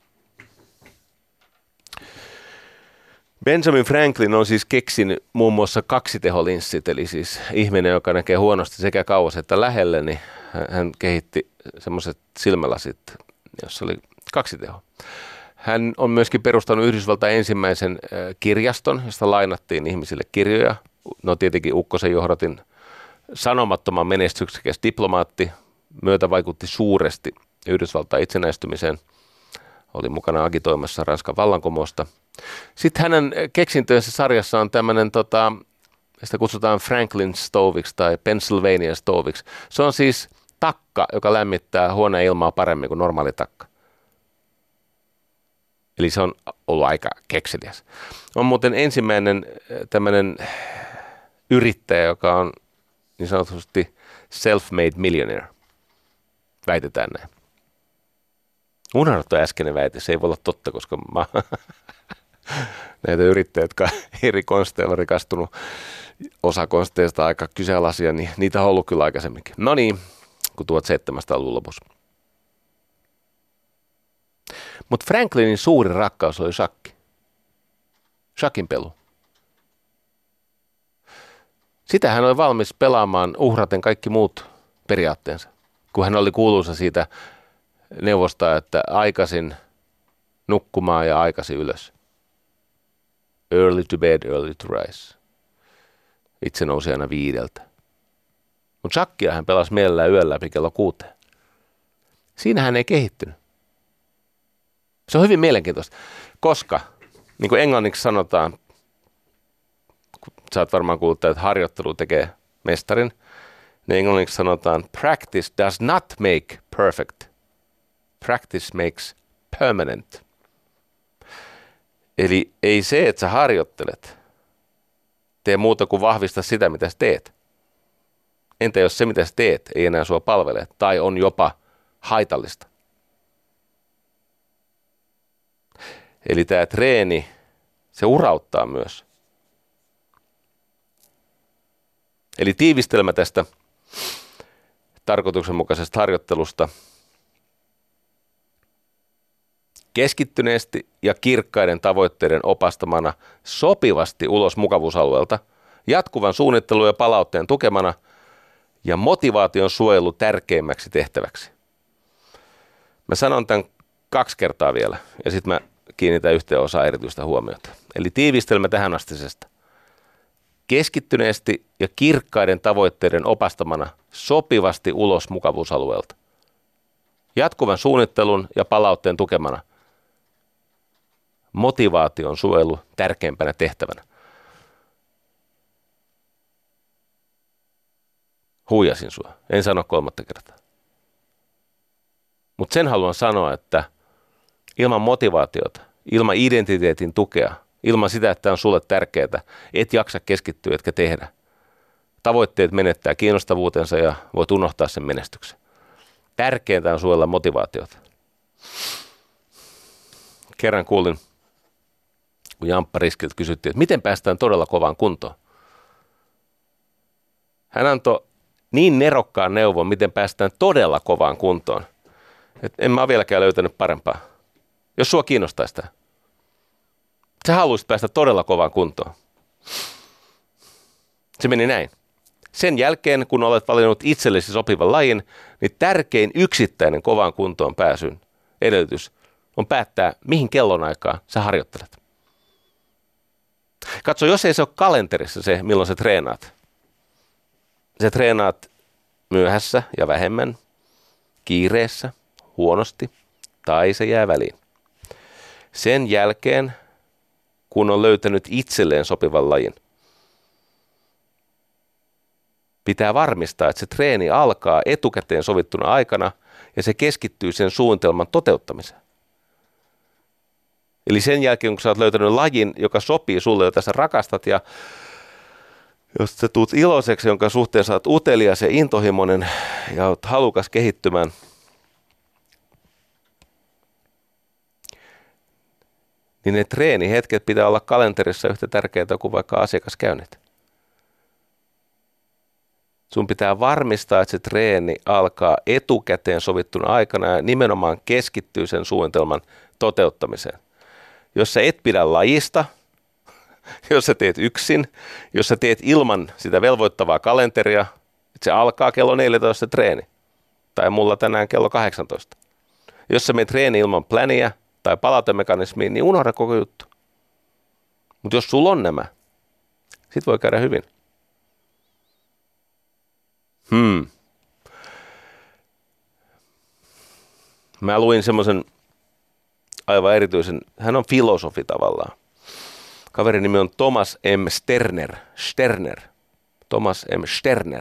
Benjamin Franklin on siis keksinyt muun muassa kaksiteholinssit, eli siis ihminen, joka näkee huonosti sekä kauas että lähelle, niin hän kehitti semmoiset silmälasit, jossa oli kaksi tehoa. Hän on myöskin perustanut Yhdysvaltain ensimmäisen kirjaston, josta lainattiin ihmisille kirjoja. No tietenkin Ukkosen johdatin sanomattoman menestyksekäs diplomaatti, myötä vaikutti suuresti Yhdysvaltain itsenäistymiseen. Oli mukana agitoimassa Ranskan vallankumousta. Sitten hänen keksintöjensä sarjassa on tämmöinen, tota, sitä kutsutaan Franklin Stoviksi tai Pennsylvania Stoviksi. Se on siis takka, joka lämmittää huoneen ilmaa paremmin kuin normaali takka. Eli se on ollut aika kekseliäs. On muuten ensimmäinen tämmöinen yrittäjä, joka on niin sanotusti self-made millionaire. Väitetään näin. Unohdettu äskeinen väite, se ei voi olla totta, koska mä näitä yrittäjiä, jotka eri konsteilla on rikastunut, osa konsteista aika kyseenalaisia, niin niitä on ollut kyllä aikaisemminkin. No niin, kun tuhatseitsemänsataaluvun lopussa. Mutta Franklinin suuri rakkaus oli shakki. Shakin pelu. Sitä hän oli valmis pelaamaan uhraten kaikki muut periaatteensa, kun hän oli kuuluisa siitä neuvosta, että aikaisin nukkumaan ja aikaisin ylös. Early to bed, early to rise. Itse nousi aina viideltä. Mutta shakkia hän pelasi mielellään yöllä läpi kello kuuteen. Siinä hän ei kehittynyt. Se on hyvin mielenkiintoista. Koska, niin kuin englanniksi sanotaan, sä oot varmaan kuullut, että harjoittelu tekee mestarin, niin englanniksi sanotaan practice does not make perfect. Practice makes permanent. Eli ei se, että sä harjoittelet, tee muuta kuin vahvista sitä, mitä sä teet. Entä jos se, mitä sä teet, ei enää sua palvele tai on jopa haitallista? Eli tämä treeni, se urauttaa myös. Eli tiivistelmä tästä tarkoituksenmukaisesta harjoittelusta. Keskittyneesti ja kirkkaiden tavoitteiden opastamana sopivasti ulos mukavuusalueelta, jatkuvan suunnittelun ja palautteen tukemana ja motivaation suojelu tärkeimmäksi tehtäväksi. Mä sanon tämän kaksi kertaa vielä ja sitten mä kiinnitän yhteen osaan erityistä huomiota. Eli tiivistelmä tähän astisesta. Keskittyneesti ja kirkkaiden tavoitteiden opastamana sopivasti ulos mukavuusalueelta. Jatkuvan suunnittelun ja palautteen tukemana. Motivaation suojelu tärkeimpänä tehtävänä. Huijasin sua. En sano kolmatta kertaa. Mutta sen haluan sanoa, että ilman motivaatiota, ilman identiteetin tukea, ilman sitä, että on sulle tärkeää, et jaksa keskittyä, etkä tehdä. Tavoitteet menettää kiinnostavuutensa ja voit unohtaa sen menestyksen. Tärkeintä on suojella motivaatiota. Kerran kuulin, kun Jamppa Riskiltä kysyttiin, että miten päästään todella kovaan kuntoon. Hän antoi niin nerokkaan neuvon, miten päästään todella kovaan kuntoon, että en mä ole vieläkään löytänyt parempaa. Jos sua kiinnostaa sitä. Sä haluaisit päästä todella kovaan kuntoon. Se meni näin. Sen jälkeen, kun olet valinnut itsellesi sopivan lajin, niin tärkein yksittäinen kovaan kuntoon pääsyn edellytys on päättää, mihin kellonaikaan sä harjoittelet. Katso, jos ei se ole kalenterissa se, milloin sä treenaat. Sä treenaat myöhässä ja vähemmän, kiireessä, huonosti tai se jää väliin. Sen jälkeen, kun on löytänyt itselleen sopivan lajin, pitää varmistaa, että se treeni alkaa etukäteen sovittuna aikana ja se keskittyy sen suunnitelman toteuttamiseen. Eli sen jälkeen, kun sä oot löytänyt lajin, joka sopii sulle, jota sä rakastat ja jos sä tuut iloiseksi, jonka suhteen sä oot utelias ja intohimoinen ja oot halukas kehittymään, niin ne treenihetket pitää olla kalenterissa yhtä tärkeitä kuin vaikka asiakaskäynnit. Sun pitää varmistaa, että se treeni alkaa etukäteen sovittuna aikana ja nimenomaan keskittyy sen suunnitelman toteuttamiseen. Jos sä et pidä lajista, jos sä teet yksin, jos sä teet ilman sitä velvoittavaa kalenteria, että se alkaa kello neljätoista se treeni, tai mulla tänään kello kahdeksantoista. Jos sä menet treeni ilman pläniä tai palautemekanismiin, niin unohda koko juttu. Mutta jos sulla on nämä, sit voi käydä hyvin. Hmm. Mä luin semmoisen aivan erityisen, hän on filosofi tavallaan. Kaverin nimi on Thomas M. Sterner. Sterner. Thomas M. Sterner.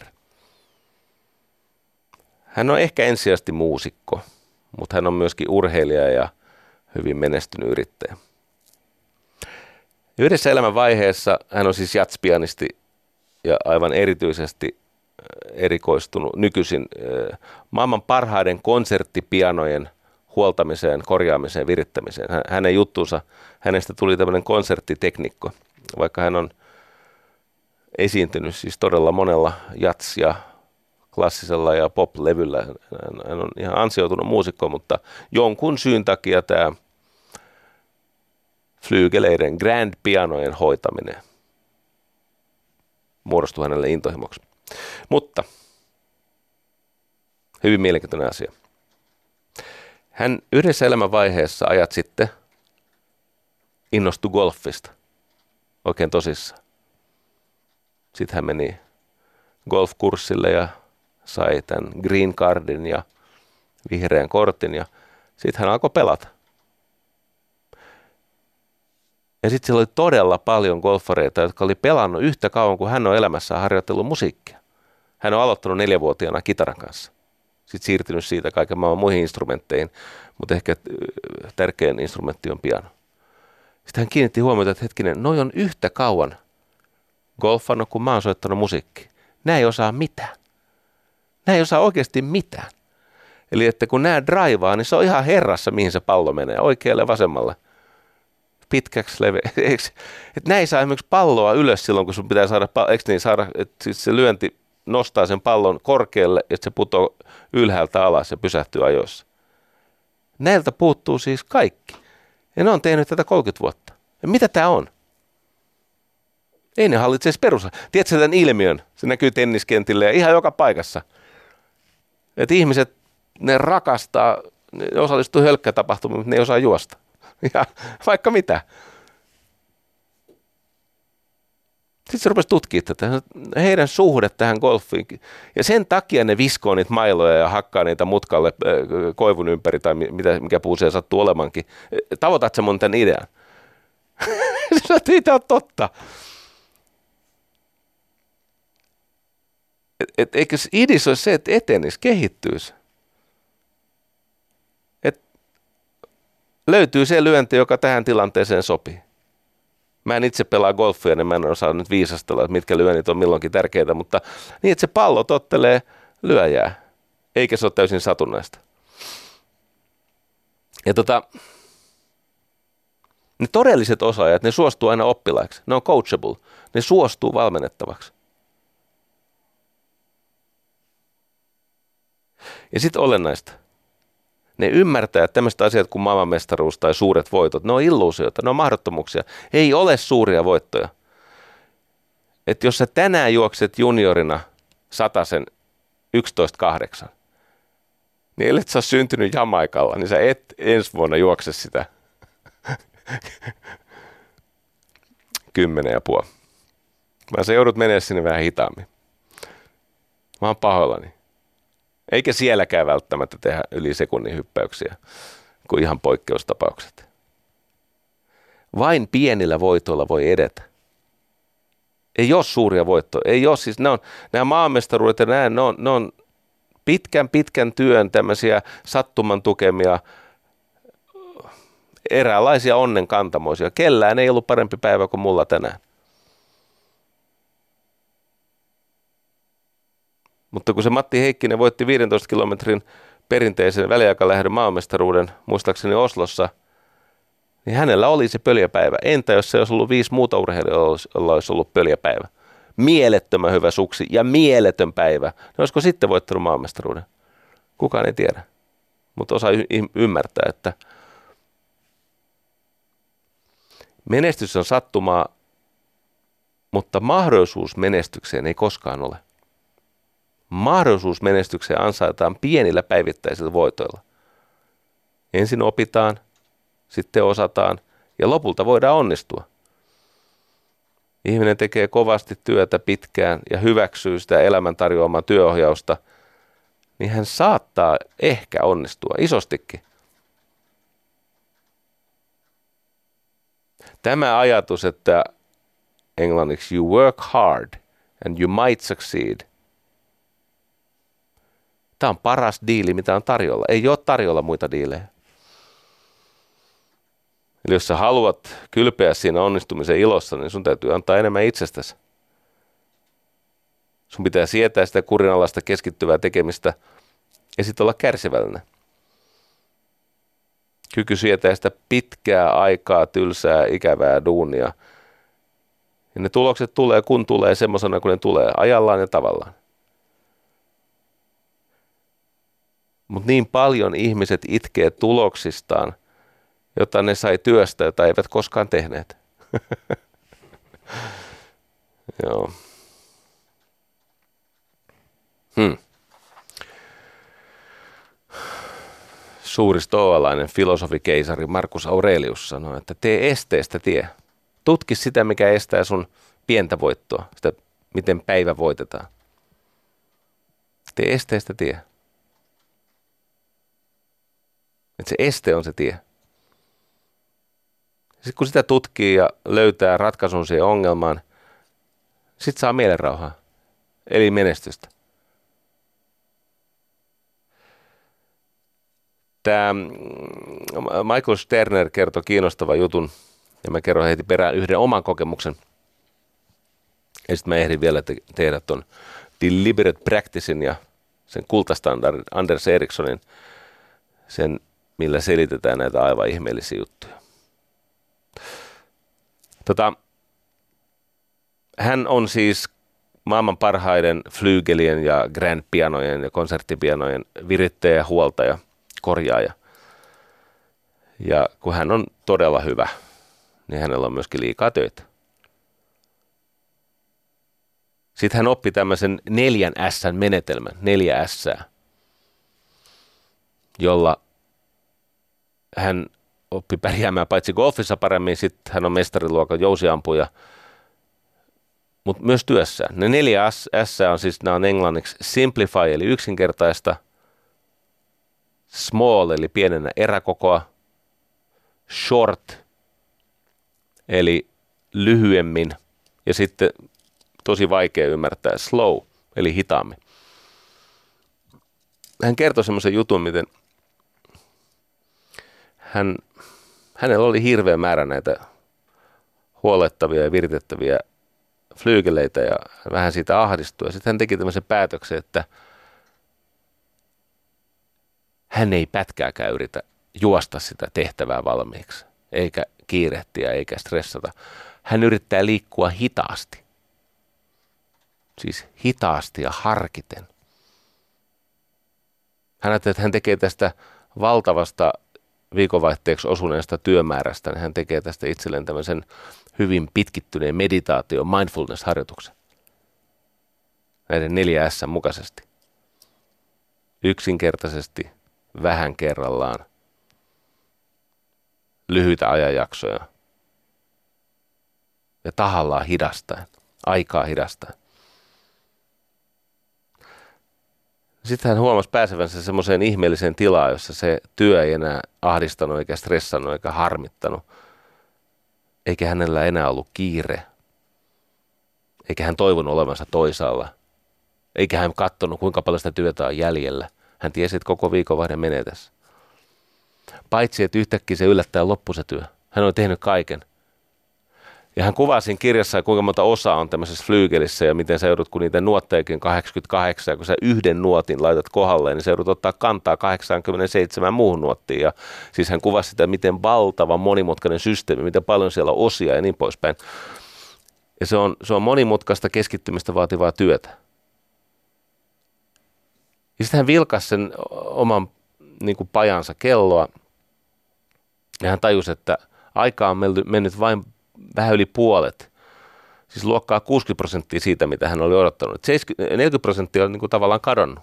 Hän on ehkä ensisijaisesti muusikko, mutta hän on myöskin urheilija ja hyvin menestynyt yrittäjä. Yhdessä elämän vaiheessa hän on siis jatspianisti ja aivan erityisesti erikoistunut nykyisin maailman parhaiden konserttipianojen huoltamiseen, korjaamiseen, virittämiseen. Hänen juttuunsa, hänestä tuli tämmöinen konserttiteknikko, vaikka hän on esiintynyt siis todella monella jats- ja klassisella ja pop-levyllä. Hän on ihan ansioitunut muusikko, mutta jonkun syyn takia tämä flyygeleiden, grand pianojen hoitaminen muodostui hänelle intohimoksi. Mutta hyvin mielenkiintoinen asia. Hän yhdessä elämänvaiheessa ajat sitten innostui golfista oikein tosissaan. Sitten hän meni golfkurssille ja sai tämän green cardin ja vihreän kortin ja sitten hän alkoi pelata. Ja sitten siellä oli todella paljon golfareita, jotka oli pelannut yhtä kauan kuin hän on elämässään harjoitellut musiikkia. Hän on aloittanut neljävuotiaana kitaran kanssa. Sitten siirtynyt siitä kaiken maailman muihin instrumentteihin, mutta ehkä tärkein instrumentti on piano. Sitten hän kiinnitti huomiota, että hetkinen, noi on yhtä kauan golfannut, kun mä oon soittanut musiikkia. Nää ei osaa mitään. Nää ei osaa oikeasti mitään. Eli että kun nää draivaa, niin se on ihan herrassa, mihin se pallo menee, oikealle vasemmalle. Pitkäksi leveäksi. Että näin saa esimerkiksi palloa ylös silloin, kun sun pitää saada, eikö niin saada, että siis se lyönti nostaa sen pallon korkealle, että se putoo ylhäältä alas ja pysähtyy ajoissa. Näiltä puuttuu siis kaikki. Ja ne on tehnyt tätä kolmekymmentä vuotta. Ja mitä tämä on? Ei ne hallitse edes perusta. Tiedätkö tämän ilmiön? Se näkyy tenniskentillä ja ihan joka paikassa. Että ihmiset, ne rakastaa, ne osallistuu hölkkätapahtumiin, mutta ne ei osaa juosta. Ja vaikka mitä. Sitten se rupesi tutkimaan tätä, heidän suhde tähän golfiin. Ja sen takia ne viskoo niitä mailoja ja hakkaa niitä mutkalle koivun ympäri tai mitä, mikä puu siellä sattuu olemankin. Tavoitatko sä mun tämän idean? Ei tämä ole totta. Et, et, eikö idis ole se, että etenisi, kehittyisi? Et löytyy se lyönti, joka tähän tilanteeseen sopii. Mä en itse pelaa golfia, niin mä en osaa nyt viisastella, että mitkä lyönnit on milloinkin tärkeitä, mutta niin, että se pallo tottelee lyöjää, eikä se ole täysin satunnaista. Ja tota, ne todelliset osaajat, ne suostuu aina oppilaiksi. Ne on coachable, ne suostuu valmennettavaksi. Ja sitten olennaista. Ne ymmärtää, että tämmöiset asiat kuin maailmanmestaruus tai suuret voitot, ne on illuusioita, ne on mahdottomuuksia. Ei ole suuria voittoja. Että jos sä tänään juokset juniorina satasen yksitoista kahdeksan, niin ellet sä ole syntynyt Jamaikalla, niin sä et ensi vuonna juokse sitä kymmenen ja puoli. Vaan sä joudut menemään sinne vähän hitaammin. Mä oon pahoillani. Eikä sielläkään välttämättä tehdä yli sekunnin hyppäyksiä kuin ihan poikkeustapaukset. Vain pienillä voitoilla voi edetä. Ei ole suuria voittoja. Ei ole, siis ne on, nämä maailmanmestaruudet ja nämä, ne on, ne on pitkän pitkän työn tämmöisiä sattuman tukemia eräänlaisia onnenkantamoisia. Kellään ei ollut parempi päivä kuin mulla tänään. Mutta kun se Matti Heikkinen voitti viidentoista kilometrin perinteisen väliaikalähdön maailmanmestaruuden, muistaakseni Oslossa, niin hänellä oli se pöljäpäivä. Entä jos se olisi ollut viisi muuta urheilijaa, jolla olisi ollut pöljäpäivä? Mielettömän hyvä suksi ja mieletön päivä. No olisiko sitten voittanut maailmanmestaruuden? Kukaan ei tiedä. Mutta osaa y- ymmärtää, että menestys on sattumaa, mutta mahdollisuus menestykseen ei koskaan ole. Mahdollisuus menestykseen ansaitaan pienillä päivittäisillä voitoilla. Ensin opitaan, sitten osataan ja lopulta voidaan onnistua. Ihminen tekee kovasti työtä pitkään ja hyväksyy sitä elämän tarjoamaa työohjausta, niin hän saattaa ehkä onnistua isostikin. Tämä ajatus, että englanniksi you work hard and you might succeed. Tämä on paras diili, mitä on tarjolla. Ei ole tarjolla muita diilejä. Eli jos sä haluat kylpeä siinä onnistumisen ilossa, niin sun täytyy antaa enemmän itsestäsi. Sun pitää sietää sitä kurinalaista keskittyvää tekemistä ja sitten olla kärsivällinen. Kyky sietää sitä pitkää aikaa, tylsää, ikävää duunia. Ja ne tulokset tulee, kun tulee, semmoisena kuin ne tulee, ajallaan ja tavallaan. Mutta niin paljon ihmiset itkee tuloksistaan, jota ne sai työstä, jota eivät koskaan tehneet. Joo. Hmm. Suuri stoalainen filosofikeisari Marcus Aurelius sanoi, että tee esteestä tie. Tutki sitä, mikä estää sun pientä voittoa, sitä, miten päivä voitetaan. Tee esteestä tie. Että se este on se tie. Sitten kun sitä tutkii ja löytää ratkaisun siihen ongelmaan, sitten saa mielenrauhaa, eli menestystä. Tämä Michael Sterner kertoi kiinnostavan jutun, ja mä kerron heti perään yhden oman kokemuksen. Ja sitten mä ehdin vielä te- tehdä ton Deliberate Practicin ja sen kultastandardin Anders Ericssonin, sen millä selitetään näitä aivan ihmeellisiä juttuja. Tota, hän on siis maailman parhaiden flyygelien ja grand pianojen ja konserttipianojen virittäjä, huoltaja, korjaaja. Ja kun hän on todella hyvä, niin hänellä on myöskin liikaa töitä. Sitten hän oppi tämmöisen neljän S:n menetelmän, neljä S:ää, jolla hän oppi pärjäämään paitsi golfissa paremmin, sitten hän on mestariluokan jousiampuja, mutta myös työssään. Ne neljä S on siis, nämä on englanniksi simplify eli yksinkertaista, small eli pienennä eräkokoa, short eli lyhyemmin ja sitten tosi vaikea ymmärtää slow eli hitaammin. Hän kertoi semmoisen jutun, miten hän, hänellä oli hirveä määrä näitä huolettavia ja viritettäviä flyygeleitä ja vähän siitä ahdistui. Ja sitten hän teki tämmöisen päätöksen, että hän ei pätkääkään yritä juosta sitä tehtävää valmiiksi, eikä kiirehtiä, eikä stressata. Hän yrittää liikkua hitaasti. Siis hitaasti ja harkiten. Hän ajatteli, että hän tekee tästä valtavasta viikonvaihteeksi osuneesta työmäärästä, niin hän tekee tästä itselleen tämmöisen hyvin pitkittyneen meditaatio, mindfulness-harjoituksen. Näiden neljä S:n mukaisesti. Yksinkertaisesti, vähän kerrallaan, lyhyitä ajanjaksoja ja tahallaan hidastaen, aikaa hidastaen. Sitten hän huomasi pääsevänsä semmoiseen ihmeelliseen tilaan, jossa se työ ei enää ahdistanut eikä stressannut eikä harmittanut. Eikä hänellä enää ollut kiire. Eikä hän toivonut olevansa toisaalla. Eikä hän katsonut, kuinka paljon sitä työtä on jäljellä. Hän tiesi, että koko viikonvaihde menee tässä. Paitsi, että yhtäkkiä se yllättää loppu se työ. Hän oli tehnyt kaiken. Ja hän kuvasi siinä kirjassa, kuinka monta osaa on tämmöisessä flyygelissä ja miten sä joudut, kun niitä nuottejakin kahdeksankymmentäkahdeksan, ja kun sä yhden nuotin laitat kohdalle, niin sä joudut ottaa kantaa kahdeksankymmentäseitsemän muuhun nuottiin. Ja siis hän kuvasi sitä, miten valtava monimutkainen systeemi, miten paljon siellä on osia ja niin poispäin. Ja se on, se on monimutkaista keskittymistä vaativaa työtä. Ja sitten hän vilkasi sen oman niin kuin pajansa kelloa, ja hän tajusi, että aika on mennyt vain vähän yli puolet, siis luokkaa kuusikymmentä prosenttia siitä, mitä hän oli odottanut. neljäkymmentä prosenttia oli niin kuin tavallaan kadonnut.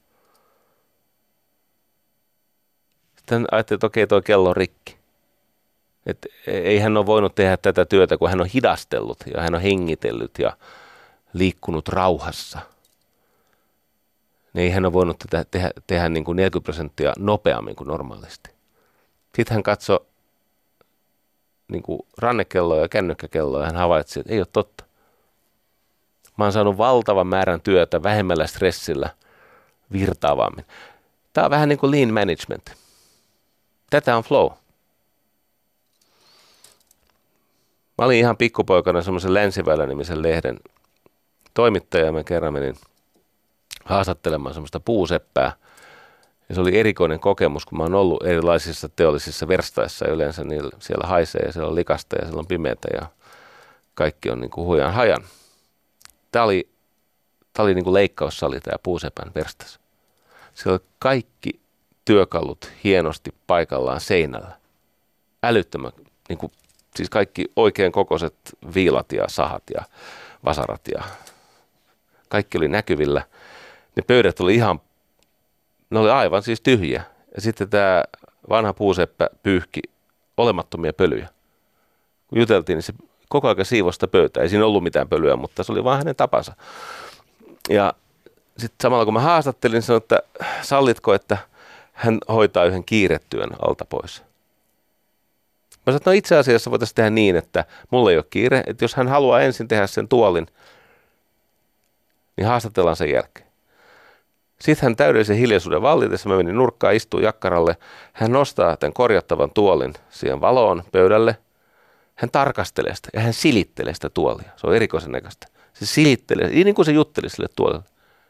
Sitten hän ajatteli, että okei, toi kello on rikki. Että ei hän ole voinut tehdä tätä työtä, kun hän on hidastellut ja hän on hengitellyt ja liikkunut rauhassa. Niin ei hän ole voinut tätä tehdä, tehdä niin kuin neljäkymmentä prosenttia nopeammin kuin normaalisti. Sitten hän katsoi niin kuin rannekelloa ja kännykkäkelloa ja hän havaitsi, että ei ole totta. Mä oon saanut valtavan määrän työtä vähemmällä stressillä virtaavammin. Tämä on vähän niin kuin lean management. Tätä on flow. Mä olin ihan pikkupoikana semmoisen Länsiväylä-nimisen lehden toimittaja ja mä kerran menin haastattelemaan semmoista puuseppää. Ja se oli erikoinen kokemus, kun mä oon ollut erilaisissa teollisissa verstaissa ja yleensä niillä, siellä haisee ja siellä on likasta ja siellä on pimeätä ja kaikki on niin kuin huijan hajan. Tämä oli, tämä oli niin kuin leikkaussali tämä puusepän verstas. Siellä oli kaikki työkalut hienosti paikallaan seinällä. Älyttömän, niin kuin, siis kaikki oikein kokoiset viilat ja sahat ja vasarat ja kaikki oli näkyvillä. Ne pöydät oli ihan, ne oli aivan siis tyhjiä. Ja sitten tämä vanha puuseppä pyyhki olemattomia pölyjä. Kun juteltiin, niin se koko ajan siivosta pöytää. Ei siinä ollut mitään pölyä, mutta se oli vaan hänen tapansa. Ja sitten samalla kun mä haastattelin, niin sanoin, että sallitko, että hän hoitaa yhden kiiretyön alta pois. sanoin, että no itse asiassa voitaisiin tehdä niin, että mulla ei ole kiire, että jos hän haluaa ensin tehdä sen tuolin, niin haastatellaan sen jälkeen. Sitten hän täydellisen hiljaisuuden vallitessa, mä menin nurkkaan, istuu jakkaralle, hän nostaa tämän korjattavan tuolin siihen valoon pöydälle, hän tarkastelee sitä ja hän silittelee sitä tuolia, se on erikoisen näköistä. Se silittelee, niin kuin se jutteli sille tuolille.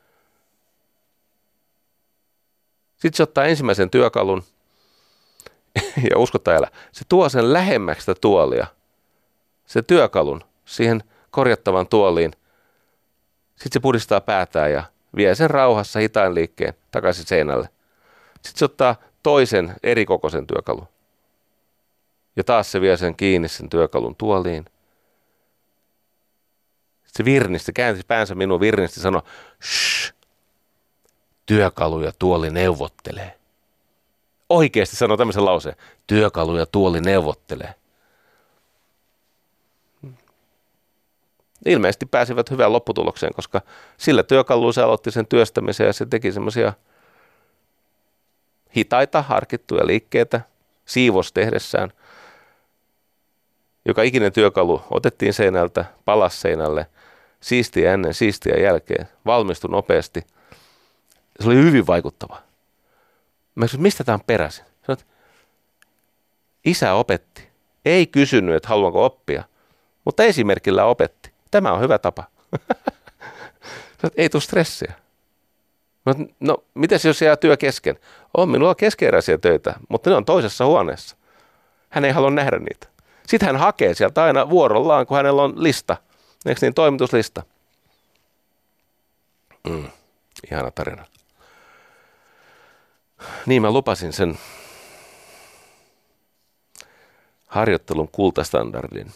Sitten se ottaa ensimmäisen työkalun ja usko tai älä, se tuo sen lähemmäksi sitä tuolia, se työkalun siihen korjattavan tuoliin. Sitten se pudistaa päätään ja vie sen rauhassa hitain liikkeen takaisin seinälle. Sitten se ottaa toisen erikokoisen työkalun. Ja taas se vie sen kiinni sen työkalun tuoliin. Sitten se virnisti, käänsi päänsä minun virnisti ja sanoi, shh, työkalu ja tuoli neuvottelee. Oikeasti sanoi tämmöisen lauseen, työkalu ja tuoli neuvottelee. Ilmeisesti pääsivät hyvään lopputulokseen, koska sillä työkalulla se aloitti sen työstämisen ja se teki semmoisia hitaita, harkittuja liikkeitä siivos tehdessään. Joka ikinen työkalu otettiin seinältä, palasi seinälle, siistiä ennen, siistiä jälkeen, valmistui nopeasti. Se oli hyvin vaikuttava. Mä kysyin, mistä tämä on peräisin? Sanoin, isä opetti. Ei kysynyt, että haluanko oppia, mutta esimerkillä opetti. Tämä on hyvä tapa. Sanoin, ei tule stressiä. Sanoin, no, mites jos jää työ kesken? On minulla keskeeräisiä töitä, mutta ne on toisessa huoneessa. Hän ei halua nähdä niitä. Sitten hän hakee sieltä aina vuorollaan, kun hänellä on lista. Eikö niin, toimituslista? Mm, ihana tarina. Niin mä lupasin sen harjoittelun kultastandardin.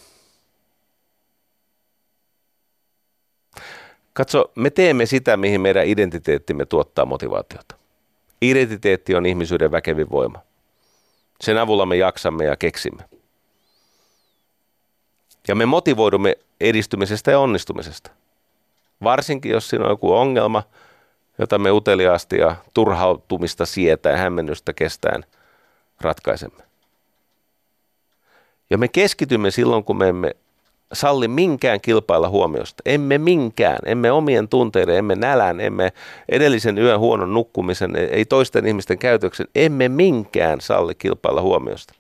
Katso, me teemme sitä, mihin meidän identiteettimme tuottaa motivaatiota. Identiteetti on ihmisyyden väkevin voima. Sen avulla me jaksamme ja keksimme. Ja me motivoidumme edistymisestä ja onnistumisesta. Varsinkin, jos siinä on joku ongelma, jota me uteliaasti ja turhautumista sietäen, hämmennystä kestäen ratkaisemme. Ja me keskitymme silloin, kun me emme salli minkään kilpailla huomiosta. Emme minkään, emme omien tunteiden, emme nälän, emme edellisen yön huonon nukkumisen, ei toisten ihmisten käytöksen, emme minkään salli kilpailla huomiosta.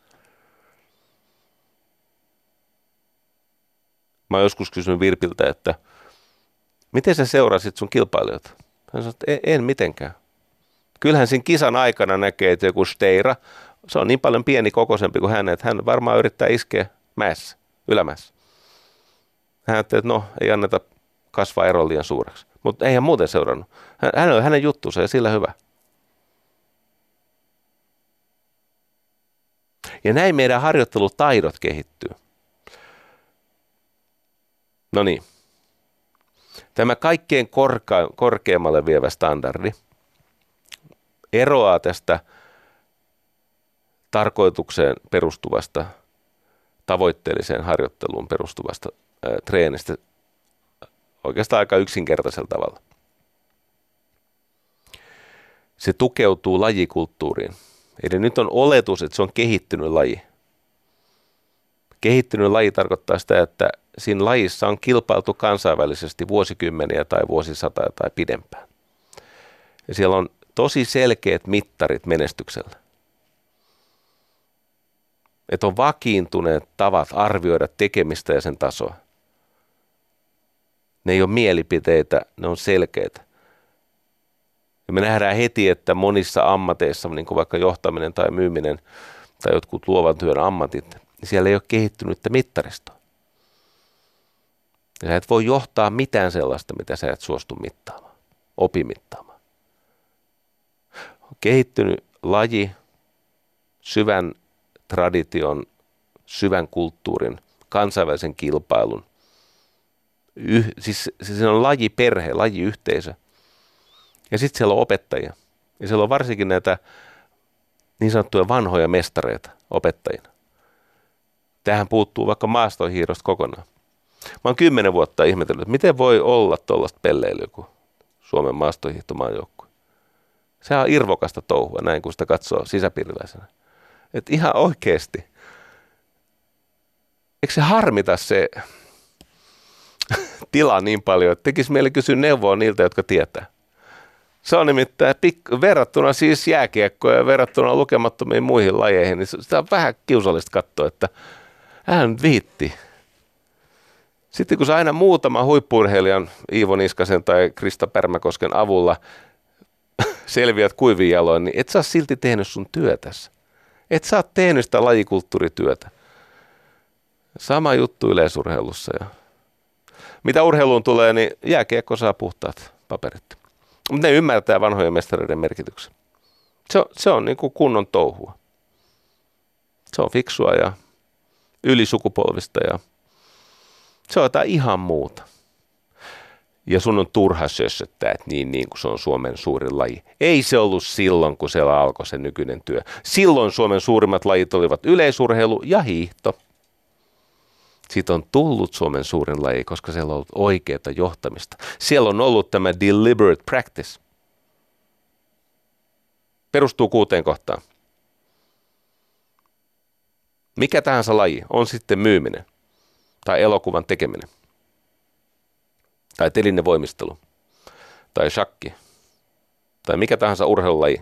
Mä oon joskus kysynyt Virpiltä, että miten sä seurasit sun kilpailijoita? Hän sanoi, että en, en mitenkään. Kyllähän siinä kisan aikana näkee, että joku Steira, se on niin paljon pieni kokoisempi kuin hän, että hän varmaan yrittää iskeä mäessä, ylämäessä. Hän ajatteli, että no, ei anneta kasvaa eroa liian suureksi. Mutta ei hän muuten seurannut. Hän on hänen juttunsa ja sillä hyvä. Ja näin meidän harjoittelutaidot kehittyy. No niin. Tämä kaikkein korka- korkeammalle vievä standardi eroaa tästä tarkoitukseen perustuvasta, tavoitteelliseen harjoitteluun perustuvasta ää, treenistä oikeastaan aika yksinkertaisella tavalla. Se tukeutuu lajikulttuuriin. Eli nyt on oletus, että se on kehittynyt laji. Kehittynyt laji tarkoittaa sitä, että siinä lajissa on kilpailtu kansainvälisesti vuosikymmeniä tai vuosisatoja tai pidempään. Ja siellä on tosi selkeät mittarit menestyksellä. Että on vakiintuneet tavat arvioida tekemistä ja sen tasoa. Ne ei ole mielipiteitä, ne on selkeitä. Ja me nähdään heti, että monissa ammateissa, niin kuin vaikka johtaminen tai myyminen tai jotkut luovan työn ammatit, niin siellä ei ole kehittynyttä mittaristoa. Ja sä et voi johtaa mitään sellaista, mitä sä et suostu mittaamaan, opi mittaamaan. On kehittynyt laji, syvän tradition, syvän kulttuurin, kansainvälisen kilpailun. Yh, siis, siis se on lajiperhe, lajiyhteisö. Ja sitten siellä on opettajia. Ja siellä on varsinkin näitä niin sanottuja vanhoja mestareita opettajina. Tähän puuttuu vaikka maastohiihdosta kokonaan. Mä oon kymmenen vuotta ihmetellyt, että miten voi olla tuollaista pelleilyä kuin Suomen maastohiihtomaajoukko. Se on irvokasta touhua, näin kun sitä katsoo sisäpiiriläisenä. Että ihan oikeasti eikö se harmita se tila niin paljon, että tekisi mieli kysyä neuvoa niiltä, jotka tietää. Se on nimittäin pik- verrattuna siis jääkiekkoon ja verrattuna lukemattomiin muihin lajeihin, niin sitä on vähän kiusallista katsoa, että hän nyt viitti. Sitten kun sä aina muutama huippu-urheilijan Iivo Niskasen tai Krista Pärmäkosken avulla selviät kuivin jaloin, niin et sä ole silti tehnyt sun työtässä. Et sä oot tehnyt sitä lajikulttuurityötä. Sama juttu yleisurheilussa. Ja mitä urheiluun tulee, niin jääkiekko saa puhtaat paperit. Mutta ne ymmärtää vanhojen mestareiden merkityksen. Se on, se on niin kuin kunnon touhua. Se on fiksua ja ylisukupolvista ja se on jotain ihan muuta. Ja sun on turha sössöttää, että niin, niin kuin se on Suomen suurin laji. Ei se ollut silloin, kun siellä alkoi se nykyinen työ. Silloin Suomen suurimmat lajit olivat yleisurheilu ja hiihto. Siitä on tullut Suomen suurin laji, koska siellä on ollut oikeaa johtamista. Siellä on ollut tämä deliberate practice. Perustuu kuuteen kohtaan. Mikä tahansa laji on sitten myyminen tai elokuvan tekeminen tai telinen voimistelu tai shakki tai mikä tahansa urheilulaji.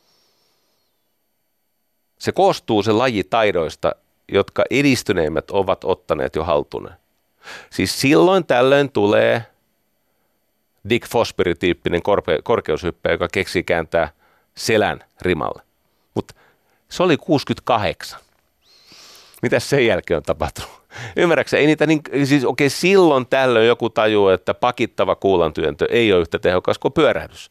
Se koostuu se laji taidoista, jotka edistyneimmät ovat ottaneet jo haltuun. Siis silloin tällöin tulee Dick Fosbury-tyyppinen korpe- korkeushyppäjä, joka keksii kääntää selän rimalle. Mutta se oli kuusikymmentäkahdeksan. Mitäs sen jälkeen on tapahtunut? Ymmärrätkö, ei niitä niin, siis okei, silloin tällöin joku tajuu, että pakittava kuulantyöntö ei ole yhtä tehokas kuin pyörähdys.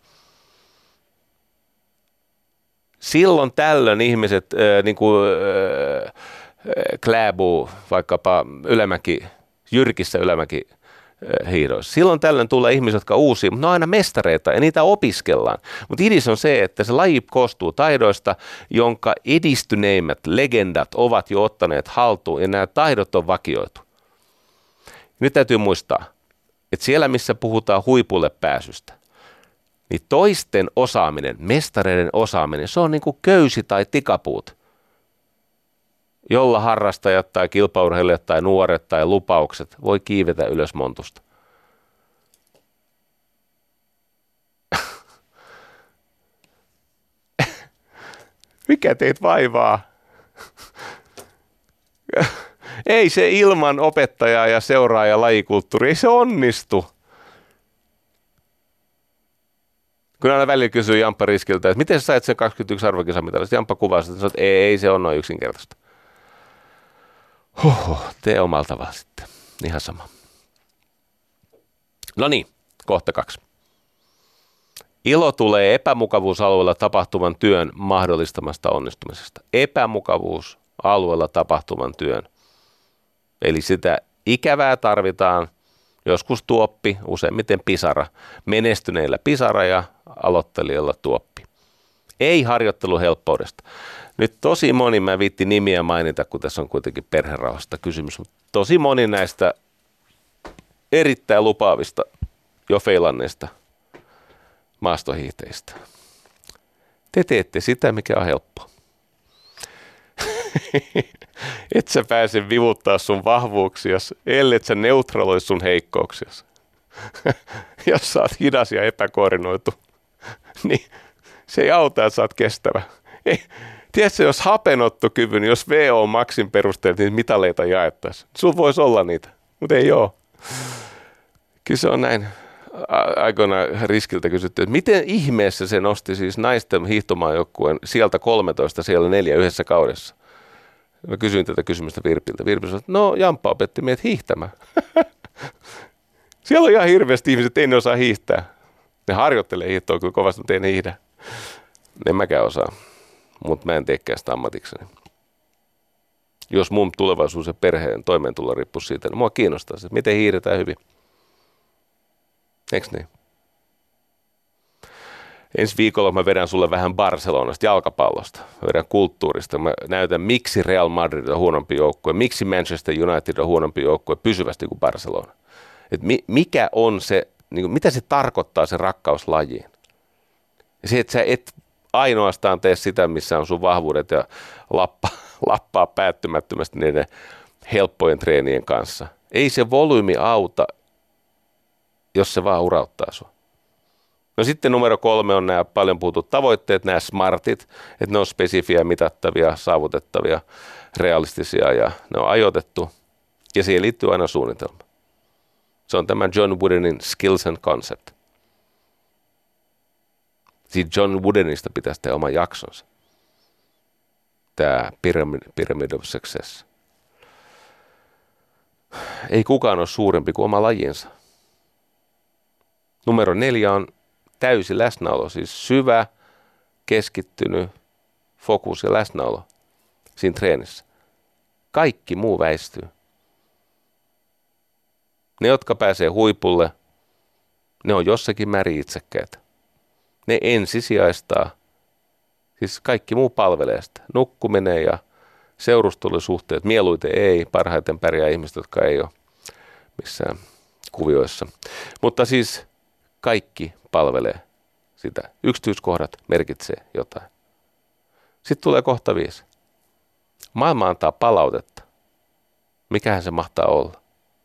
Silloin tällöin ihmiset äh, niin kuin äh, Kläbo, vaikkapa Ylämäki, Jyrkissä Ylämäki hiidoissa. Silloin tällöin tulee ihmisiä, jotka on uusia, mutta ne on aina mestareita ja niitä opiskellaan. Mutta idis on se, että se laji koostuu taidoista, jonka edistyneimmät legendat ovat jo ottaneet haltuun ja nämä taidot on vakioitu. Nyt täytyy muistaa, että siellä missä puhutaan huipulle pääsystä, niin toisten osaaminen, mestareiden osaaminen, se on niin kuin köysi tai tikapuut, jolla harrastajat tai kilpaurheilijat tai nuoret tai lupaukset voi kiivetä ylös montusta. Mikä teitä vaivaa? Ei se ilman opettajaa ja seuraaja lajikulttuuri, ei se onnistu. Kun aina välillä kysyy Jamppa Riskiltä, että miten sä sait sen kaksikymmentäyksi arvokisamitallista, Jamppa kuvasi, että ei, ei se on noin yksinkertaista. Huhhuh, tee omalla tavalla sitten. Ihan sama. No niin, kohta kaksi. Ilo tulee epämukavuusalueella tapahtuvan työn mahdollistamasta onnistumisesta. Epämukavuusalueella tapahtuvan työn. Eli sitä ikävää tarvitaan, joskus tuoppi, useimmiten pisara. Menestyneillä pisara ja aloittelijalla tuoppi. Ei harjoittelu helppoudesta. Nyt tosi moni, mä viitti nimiä mainita, kun tässä on kuitenkin perherauhasta kysymys, mutta tosi moni näistä erittäin lupaavista jo feilanneista maastohiihtäjistä. Te teette sitä, mikä on helppoa. Et sä pääse vivuttaa sun vahvuuksias, ellet sä neutraloi sun heikkouksias. Jos sä oot hidas ja epäkoordinoitu, niin se ei auta, että sä oot kestävä. Ei. Tiedätkö, jos hapenottokyvyn, jos V O on maksin perusteella, niin mitaleita jaettaisiin. Sulla voisi olla niitä, mutta ei ole. Kyllä se on näin. Aikoinaan Riskiltä kysytty, että miten ihmeessä se nosti siis naisten hiihtomaajoukkueen sieltä kolmetoista, siellä neljä yhdessä kaudessa. Mä kysyin tätä kysymystä Virpiltä. Virpi sanoi, että no Jamppa opetti meidät hiihtämään. Siellä on ihan hirveästi ihmiset, ei ne osaa hiihtää. Ne harjoittelee hiihtoa kyllä kovasti, mutta ei ne hiihdä. En mäkään osaa, mutta mä en teekään sitä ammatikseni. Jos mun tulevaisuus ja perheen toimeentulo riippuu siitä, niin mua kiinnostaa se, miten hiihdetään hyvin. Eiks niin? Ensi viikolla mä vedän sulle vähän Barcelonasta, jalkapallosta. Mä vedän kulttuurista. Mä näytän, miksi Real Madrid on huonompi joukkue, miksi Manchester United on huonompi joukkue pysyvästi kuin Barcelona. Et mi- mikä on se, niin kuin, mitä se tarkoittaa se rakkaus lajiin. Ja se, että sä et ainoastaan tee sitä, missä on sun vahvuudet ja lappa, lappaa päättymättömästi niiden helppojen treenien kanssa. Ei se volyymi auta, jos se vaan urauttaa sua. No sitten numero kolme on nämä paljon puhutut tavoitteet, nämä smartit, että ne on spesifiä, mitattavia, saavutettavia, realistisia ja ne on ajoitettu. Ja siihen liittyy aina suunnitelma. Se on tämä John Woodenin Skills and Concept. Siitä John Woodenista pitäisi tehdä oman jaksonsa. Tämä Pyramid, Pyramid of Success. Ei kukaan ole suurempi kuin oma lajinsa. Numero neljä on täysi läsnäolo, siis syvä, keskittynyt fokus ja läsnäolo siinä treenissä. Kaikki muu väistyy. Ne, jotka pääsee huipulle, ne on jossakin määrin itsekkäitä. Ne ensisijaistaa, siis kaikki muu palvelee sitä. Nukkuminen ja seurustelusuhteet, mieluiten ei, parhaiten pärjää ihmiset, jotka ei ole missään kuvioissa. Mutta siis kaikki palvelee sitä. Yksityiskohdat merkitsee jotain. Sitten tulee kohta viisi. Maailma antaa palautetta. Mikähän se mahtaa olla?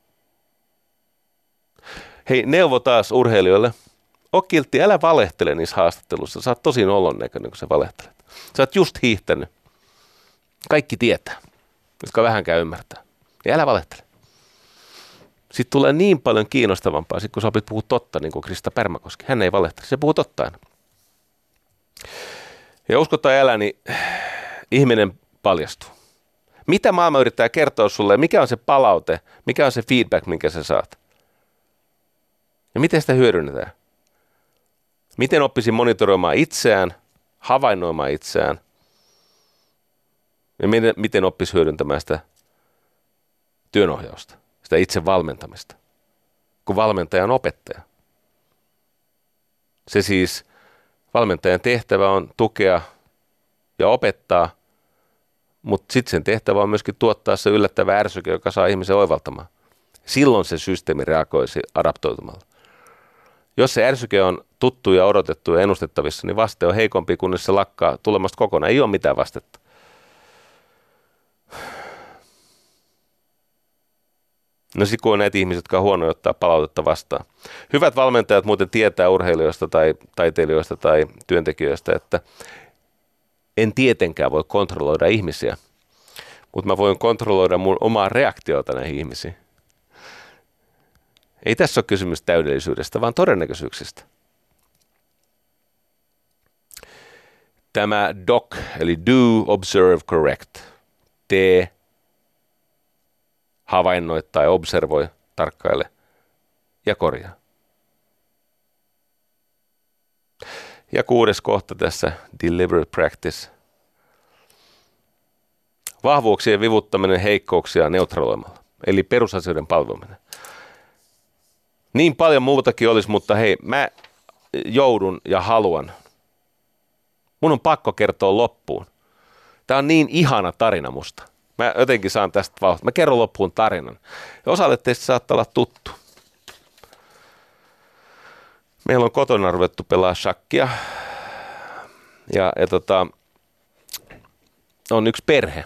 Hei, neuvo taas urheilijoille. Oo kiltti, älä valehtele niissä haastatteluissa. Sä oot tosi nolon näköinen, kun sä valehtelet. Sä oot just hiihtänyt. Kaikki tietää, jotka vähänkään ymmärtää. Ja älä valehtele. Sitten tulee niin paljon kiinnostavampaa, sit kun sä opit puhua totta, niin kuin Krista Pärmäkoski. Hän ei valehtele, se puhuu totta aina. Ja usko tai älä, niin ihminen paljastuu. Mitä maailma yrittää kertoa sulle, mikä on se palaute, mikä on se feedback, minkä sä saat? Ja miten sitä hyödynnetään? Miten oppisin monitoroimaan itseään, havainnoimaan itseään? Ja miten, miten oppisi hyödyntämään sitä työnohjausta, sitä itse valmentamista, kun valmentaja on opettaja. Se siis, valmentajan tehtävä on tukea ja opettaa, mutta sitten sen tehtävä on myöskin tuottaa se yllättävä ärsyke, joka saa ihmisen oivaltamaan. Silloin se systeemi reagoisi adaptoitumalla. Jos se ärsyke on tuttu ja odotettu ja ennustettavissa, niin vaste on heikompi, kunnes se lakkaa tulemasta kokonaan. Ei ole mitään vastetta. No sitten kun on näitä ihmisiä, jotka on huonoja ottaa palautetta vastaan. Hyvät valmentajat muuten tietää urheilijoista tai taiteilijoista tai työntekijöistä, että en tietenkään voi kontrolloida ihmisiä, mutta mä voin kontrolloida mun omaa reaktiota näihin ihmisiin. Ei tässä ole kysymys täydellisyydestä, vaan todennäköisyyksistä. Tämä D O C, eli Do, Observe, Correct. Tee, havainnoi tai observoi, tarkkaile ja korjaa. Ja kuudes kohta tässä, Deliberate Practice. Vahvuuksien vivuttaminen heikkouksia neutraloimalla, eli perusasioiden palveleminen. Niin paljon muutakin olisi, mutta hei, mä joudun ja haluan. Mun on pakko kertoa loppuun. Tää on niin ihana tarina musta. Mä jotenkin saan tästä vauhtia. Mä kerron loppuun tarinan. Ja osalle teistä saattaa olla tuttu. Meillä on kotona ruvettu pelaa shakkia. Ja, ja tota, on yksi perhe.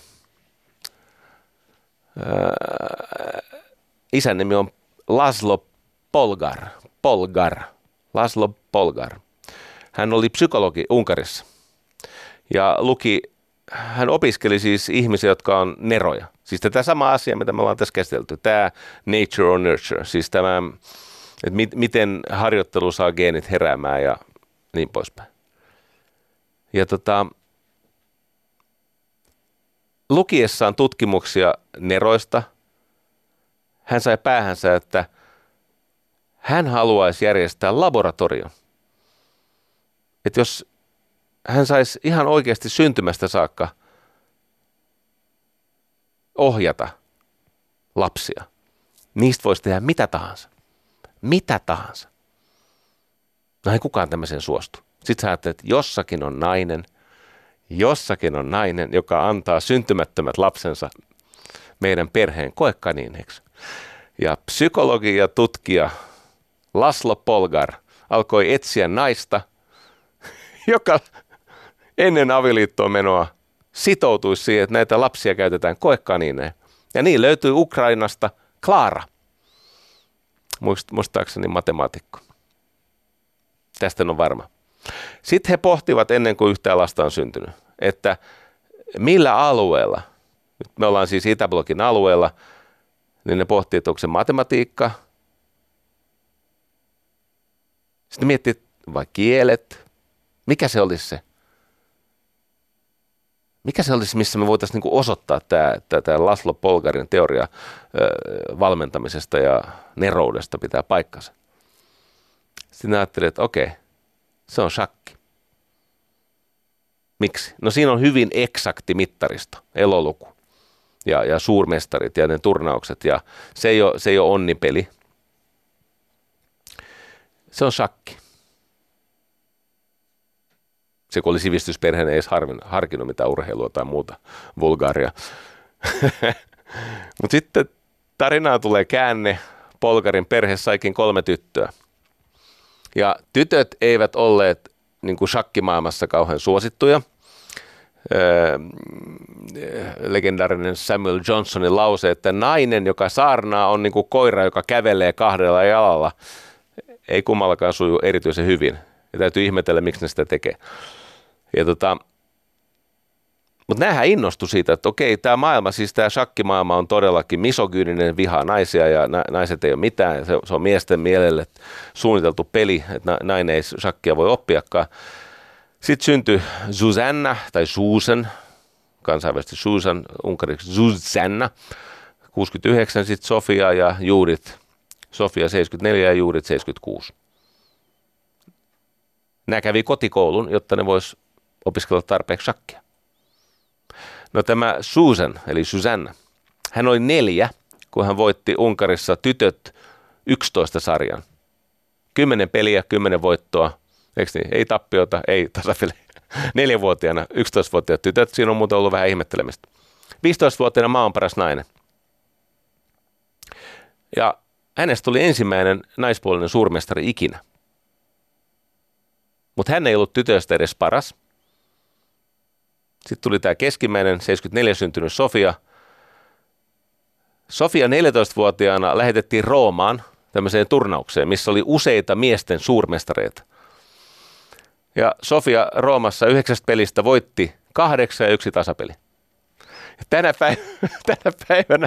Ää, isän nimi on Laszlo Polgar. Polgar. Laszlo Polgar. Hän oli psykologi Unkarissa. Ja luki, hän opiskeli siis ihmisiä, jotka on neroja. Siis tätä sama asia, mitä me ollaan tässä käsitelty. Tämä nature or nurture. Siis tämä, että mit, miten harjoittelu saa geenit heräämään ja niin poispäin. Ja tota, lukiessaan tutkimuksia neroista, hän sai päähänsä, että hän haluaisi järjestää laboratorion. Että jos hän saisi ihan oikeasti syntymästä saakka ohjata lapsia, niistä voisi tehdä mitä tahansa. Mitä tahansa. No ei kukaan tämmöiseen suostu. Sitten sä ajattelet, että jossakin on nainen, jossakin on nainen, joka antaa syntymättömät lapsensa meidän perheen koekaniineiksi. Ja psykologi ja tutkija Laszlo Polgar alkoi etsiä naista, joka ennen avioliittoon menoa sitoutuisi siihen, että näitä lapsia käytetään koekaniineja. Ja niin löytyi Ukrainasta Klaara, muistaakseni matemaatikko. Tästä on varma. Sitten he pohtivat ennen kuin yhtään lasta on syntynyt, että millä alueella, nyt me ollaan siis Itäblokin alueella, niin ne pohtii, että onko se matematiikka, sitten miettii, vai kielet, mikä se olisi se? Mikä se olisi, missä me voitaisiin niinku osoittaa tämä, tämä Laszlo Polgarin teoria ö, valmentamisesta ja neroudesta pitää paikkansa? Sitten ajattelin, että okei, se on shakki. Miksi? No siinä on hyvin eksakti mittaristo, eloluku ja, ja suurmestarit ja ne turnaukset ja se ei ole, se ei ole onnipeli. Se on shakki. Se kun oli sivistysperheen, ei edes harkinnut mitään urheilua tai muuta vulgaaria. Mutta sitten tarinaan tulee käänne. Polgarin perhe saikin kolme tyttöä. Ja tytöt eivät olleet niin kuin shakkimaailmassa kauhean suosittuja. Öö, legendaarinen Samuel Johnsonin lause, että nainen, joka saarnaa, on niin kuin koira, joka kävelee kahdella jalalla. Ei kummallakaan suju erityisen hyvin. Ja täytyy ihmetellä, miksi ne sitä tekee. Ja tota, mutta näähän innostui siitä, että okei, tämä maailma, siis tämä shakkimaailma on todellakin misogyyninen, vihaa naisia ja na- naiset ei ole mitään. Se, se on miesten mielelle suunniteltu peli, että nainen ei shakkia voi oppiakaan. Sitten syntyi Zuzanna tai Susan, kansainvälisesti Susan, unkariksi Zuzanna, kuusikymmentäyhdeksän, sitten Sofia ja Judith. Sofia seitsemänkymmentäneljä ja Judith seitsemänkymmentäkuusi. Nämä kävi kotikoulun, jotta ne vois opiskella tarpeeksi shakkia. No tämä Susan, eli Susanna, hän oli neljä, kun hän voitti Unkarissa tytöt yksitoista sarjan. Kymmenen peliä, kymmenen voittoa, eikö niin? Ei tappiota, ei tasapeli. Neljävuotiaana, yksitoistavuotiaat tytöt, siinä on muuten ollut vähän ihmettelemistä. viisitoistavuotiaana maan paras nainen. Ja hänestä tuli ensimmäinen naispuolinen suurmestari ikinä. Mutta hän ei ollut tytöistä edes paras. Sitten tuli tämä keskimmäinen, seitsemänkymmentäneljä syntynyt Sofia. Sofia neljätoistavuotiaana lähetettiin Roomaan tämmöiseen turnaukseen, missä oli useita miesten suurmestareita. Ja Sofia Roomassa yhdeksästä pelistä voitti kahdeksan ja yksi tasapeli. Ja tänä, päivänä, tänä päivänä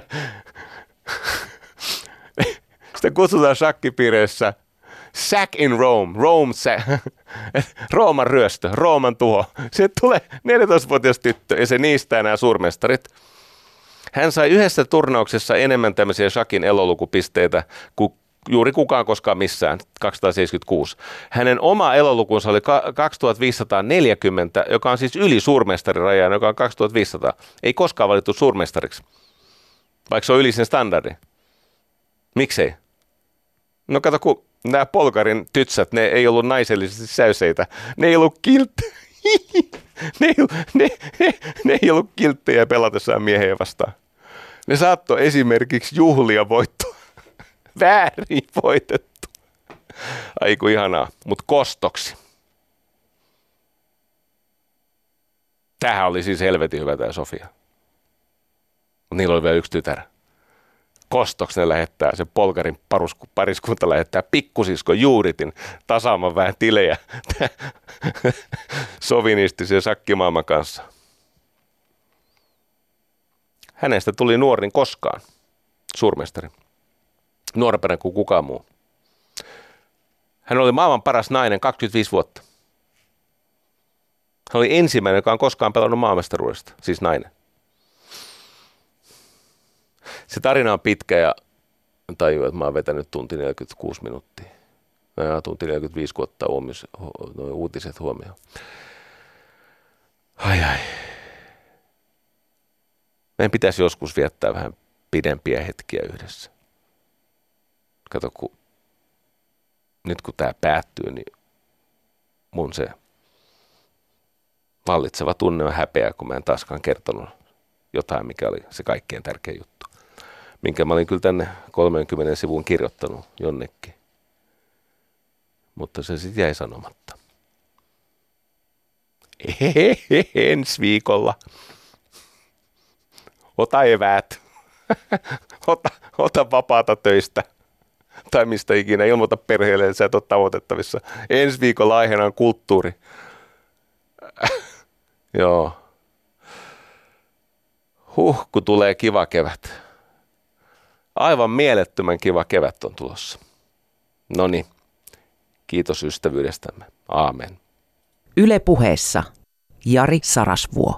sitä kutsutaan shakkipiireissä Sack in Rome, Rome Rooman ryöstö, Rooman tuho. Sieltä tulee neljätoistavuotias tyttö ja se niistää nämä suurmestarit. Hän sai yhdessä turnauksessa enemmän tämmöisiä shakin elolukupisteitä kuin juuri kukaan koskaan missään, kaksisataaseitsemänkymmentäkuusi. Hänen oma elolukunsa oli kaksituhattaviisisataaneljäkymmentä, joka on siis yli suurmestarirajaan, joka on kaksituhattaviisisataa. Ei koskaan valittu suurmestariksi, vaikka se on yli sen standardi. Miksei? No kato, kun nämä Polgarin tytsät, ne ei ollut naisellisesti säyseitä. Ne ei ollut kilttejä. ne, ei, ne, ne, ne ei ollut kilttejä pelatessaan miehejä vastaan. Ne saattoi esimerkiksi juhlia voittoa. Väärin voitettu. Aiku ihanaa, mutta kostoksi. Tämähän oli siis helvetin hyvä tämä Sofia. Mutta niillä oli vielä yksi tytär. Kostoksi ne lähettää, se Polgarin parusku, pariskunta lähettää pikkusisko Juuritin tasaamaan vähän tilejä sovinistisen shakkimaailman kanssa. Hänestä tuli nuorin koskaan suurmestari. Nuorempana kuin kukaan muu. Hän oli maailman paras nainen kaksikymmentäviisi vuotta. Hän oli ensimmäinen, joka on koskaan pelannut maailmanmestaruudesta, siis nainen. Se tarina on pitkä ja tajuu, että mä oon vetänyt tunti neljäkymmentäkuusi minuuttia. Ja tunti neljäkymmentäviisi, kun ottaa uomis, uutiset huomioon. Ai ai. Meidän pitäisi joskus viettää vähän pidempiä hetkiä yhdessä. Kato, kun nyt kun tämä päättyy, niin mun se vallitseva tunne on häpeä, kun mä en taaskaan kertonut jotain, mikä oli se kaikkein tärkein juttu. Minkä mä olin kyllä tänne kolmekymmentä sivuun kirjoittanut jonnekin. Mutta se sitten jäi sanomatta. Ehehe, ensi viikolla. Ota eväät. ota, ota vapaata töistä tai mistä ikinä. Ilmoita perheelle, että sä et ole tavoitettavissa. Ensi viikolla aiheena on kulttuuri. Joo. Huh, kun tulee kiva kevät. Aivan mielettömän kiva kevät on tulossa. Noniin. Kiitos ystävyydestämme. Aamen. Yle Puheessa Jari Sarasvuo.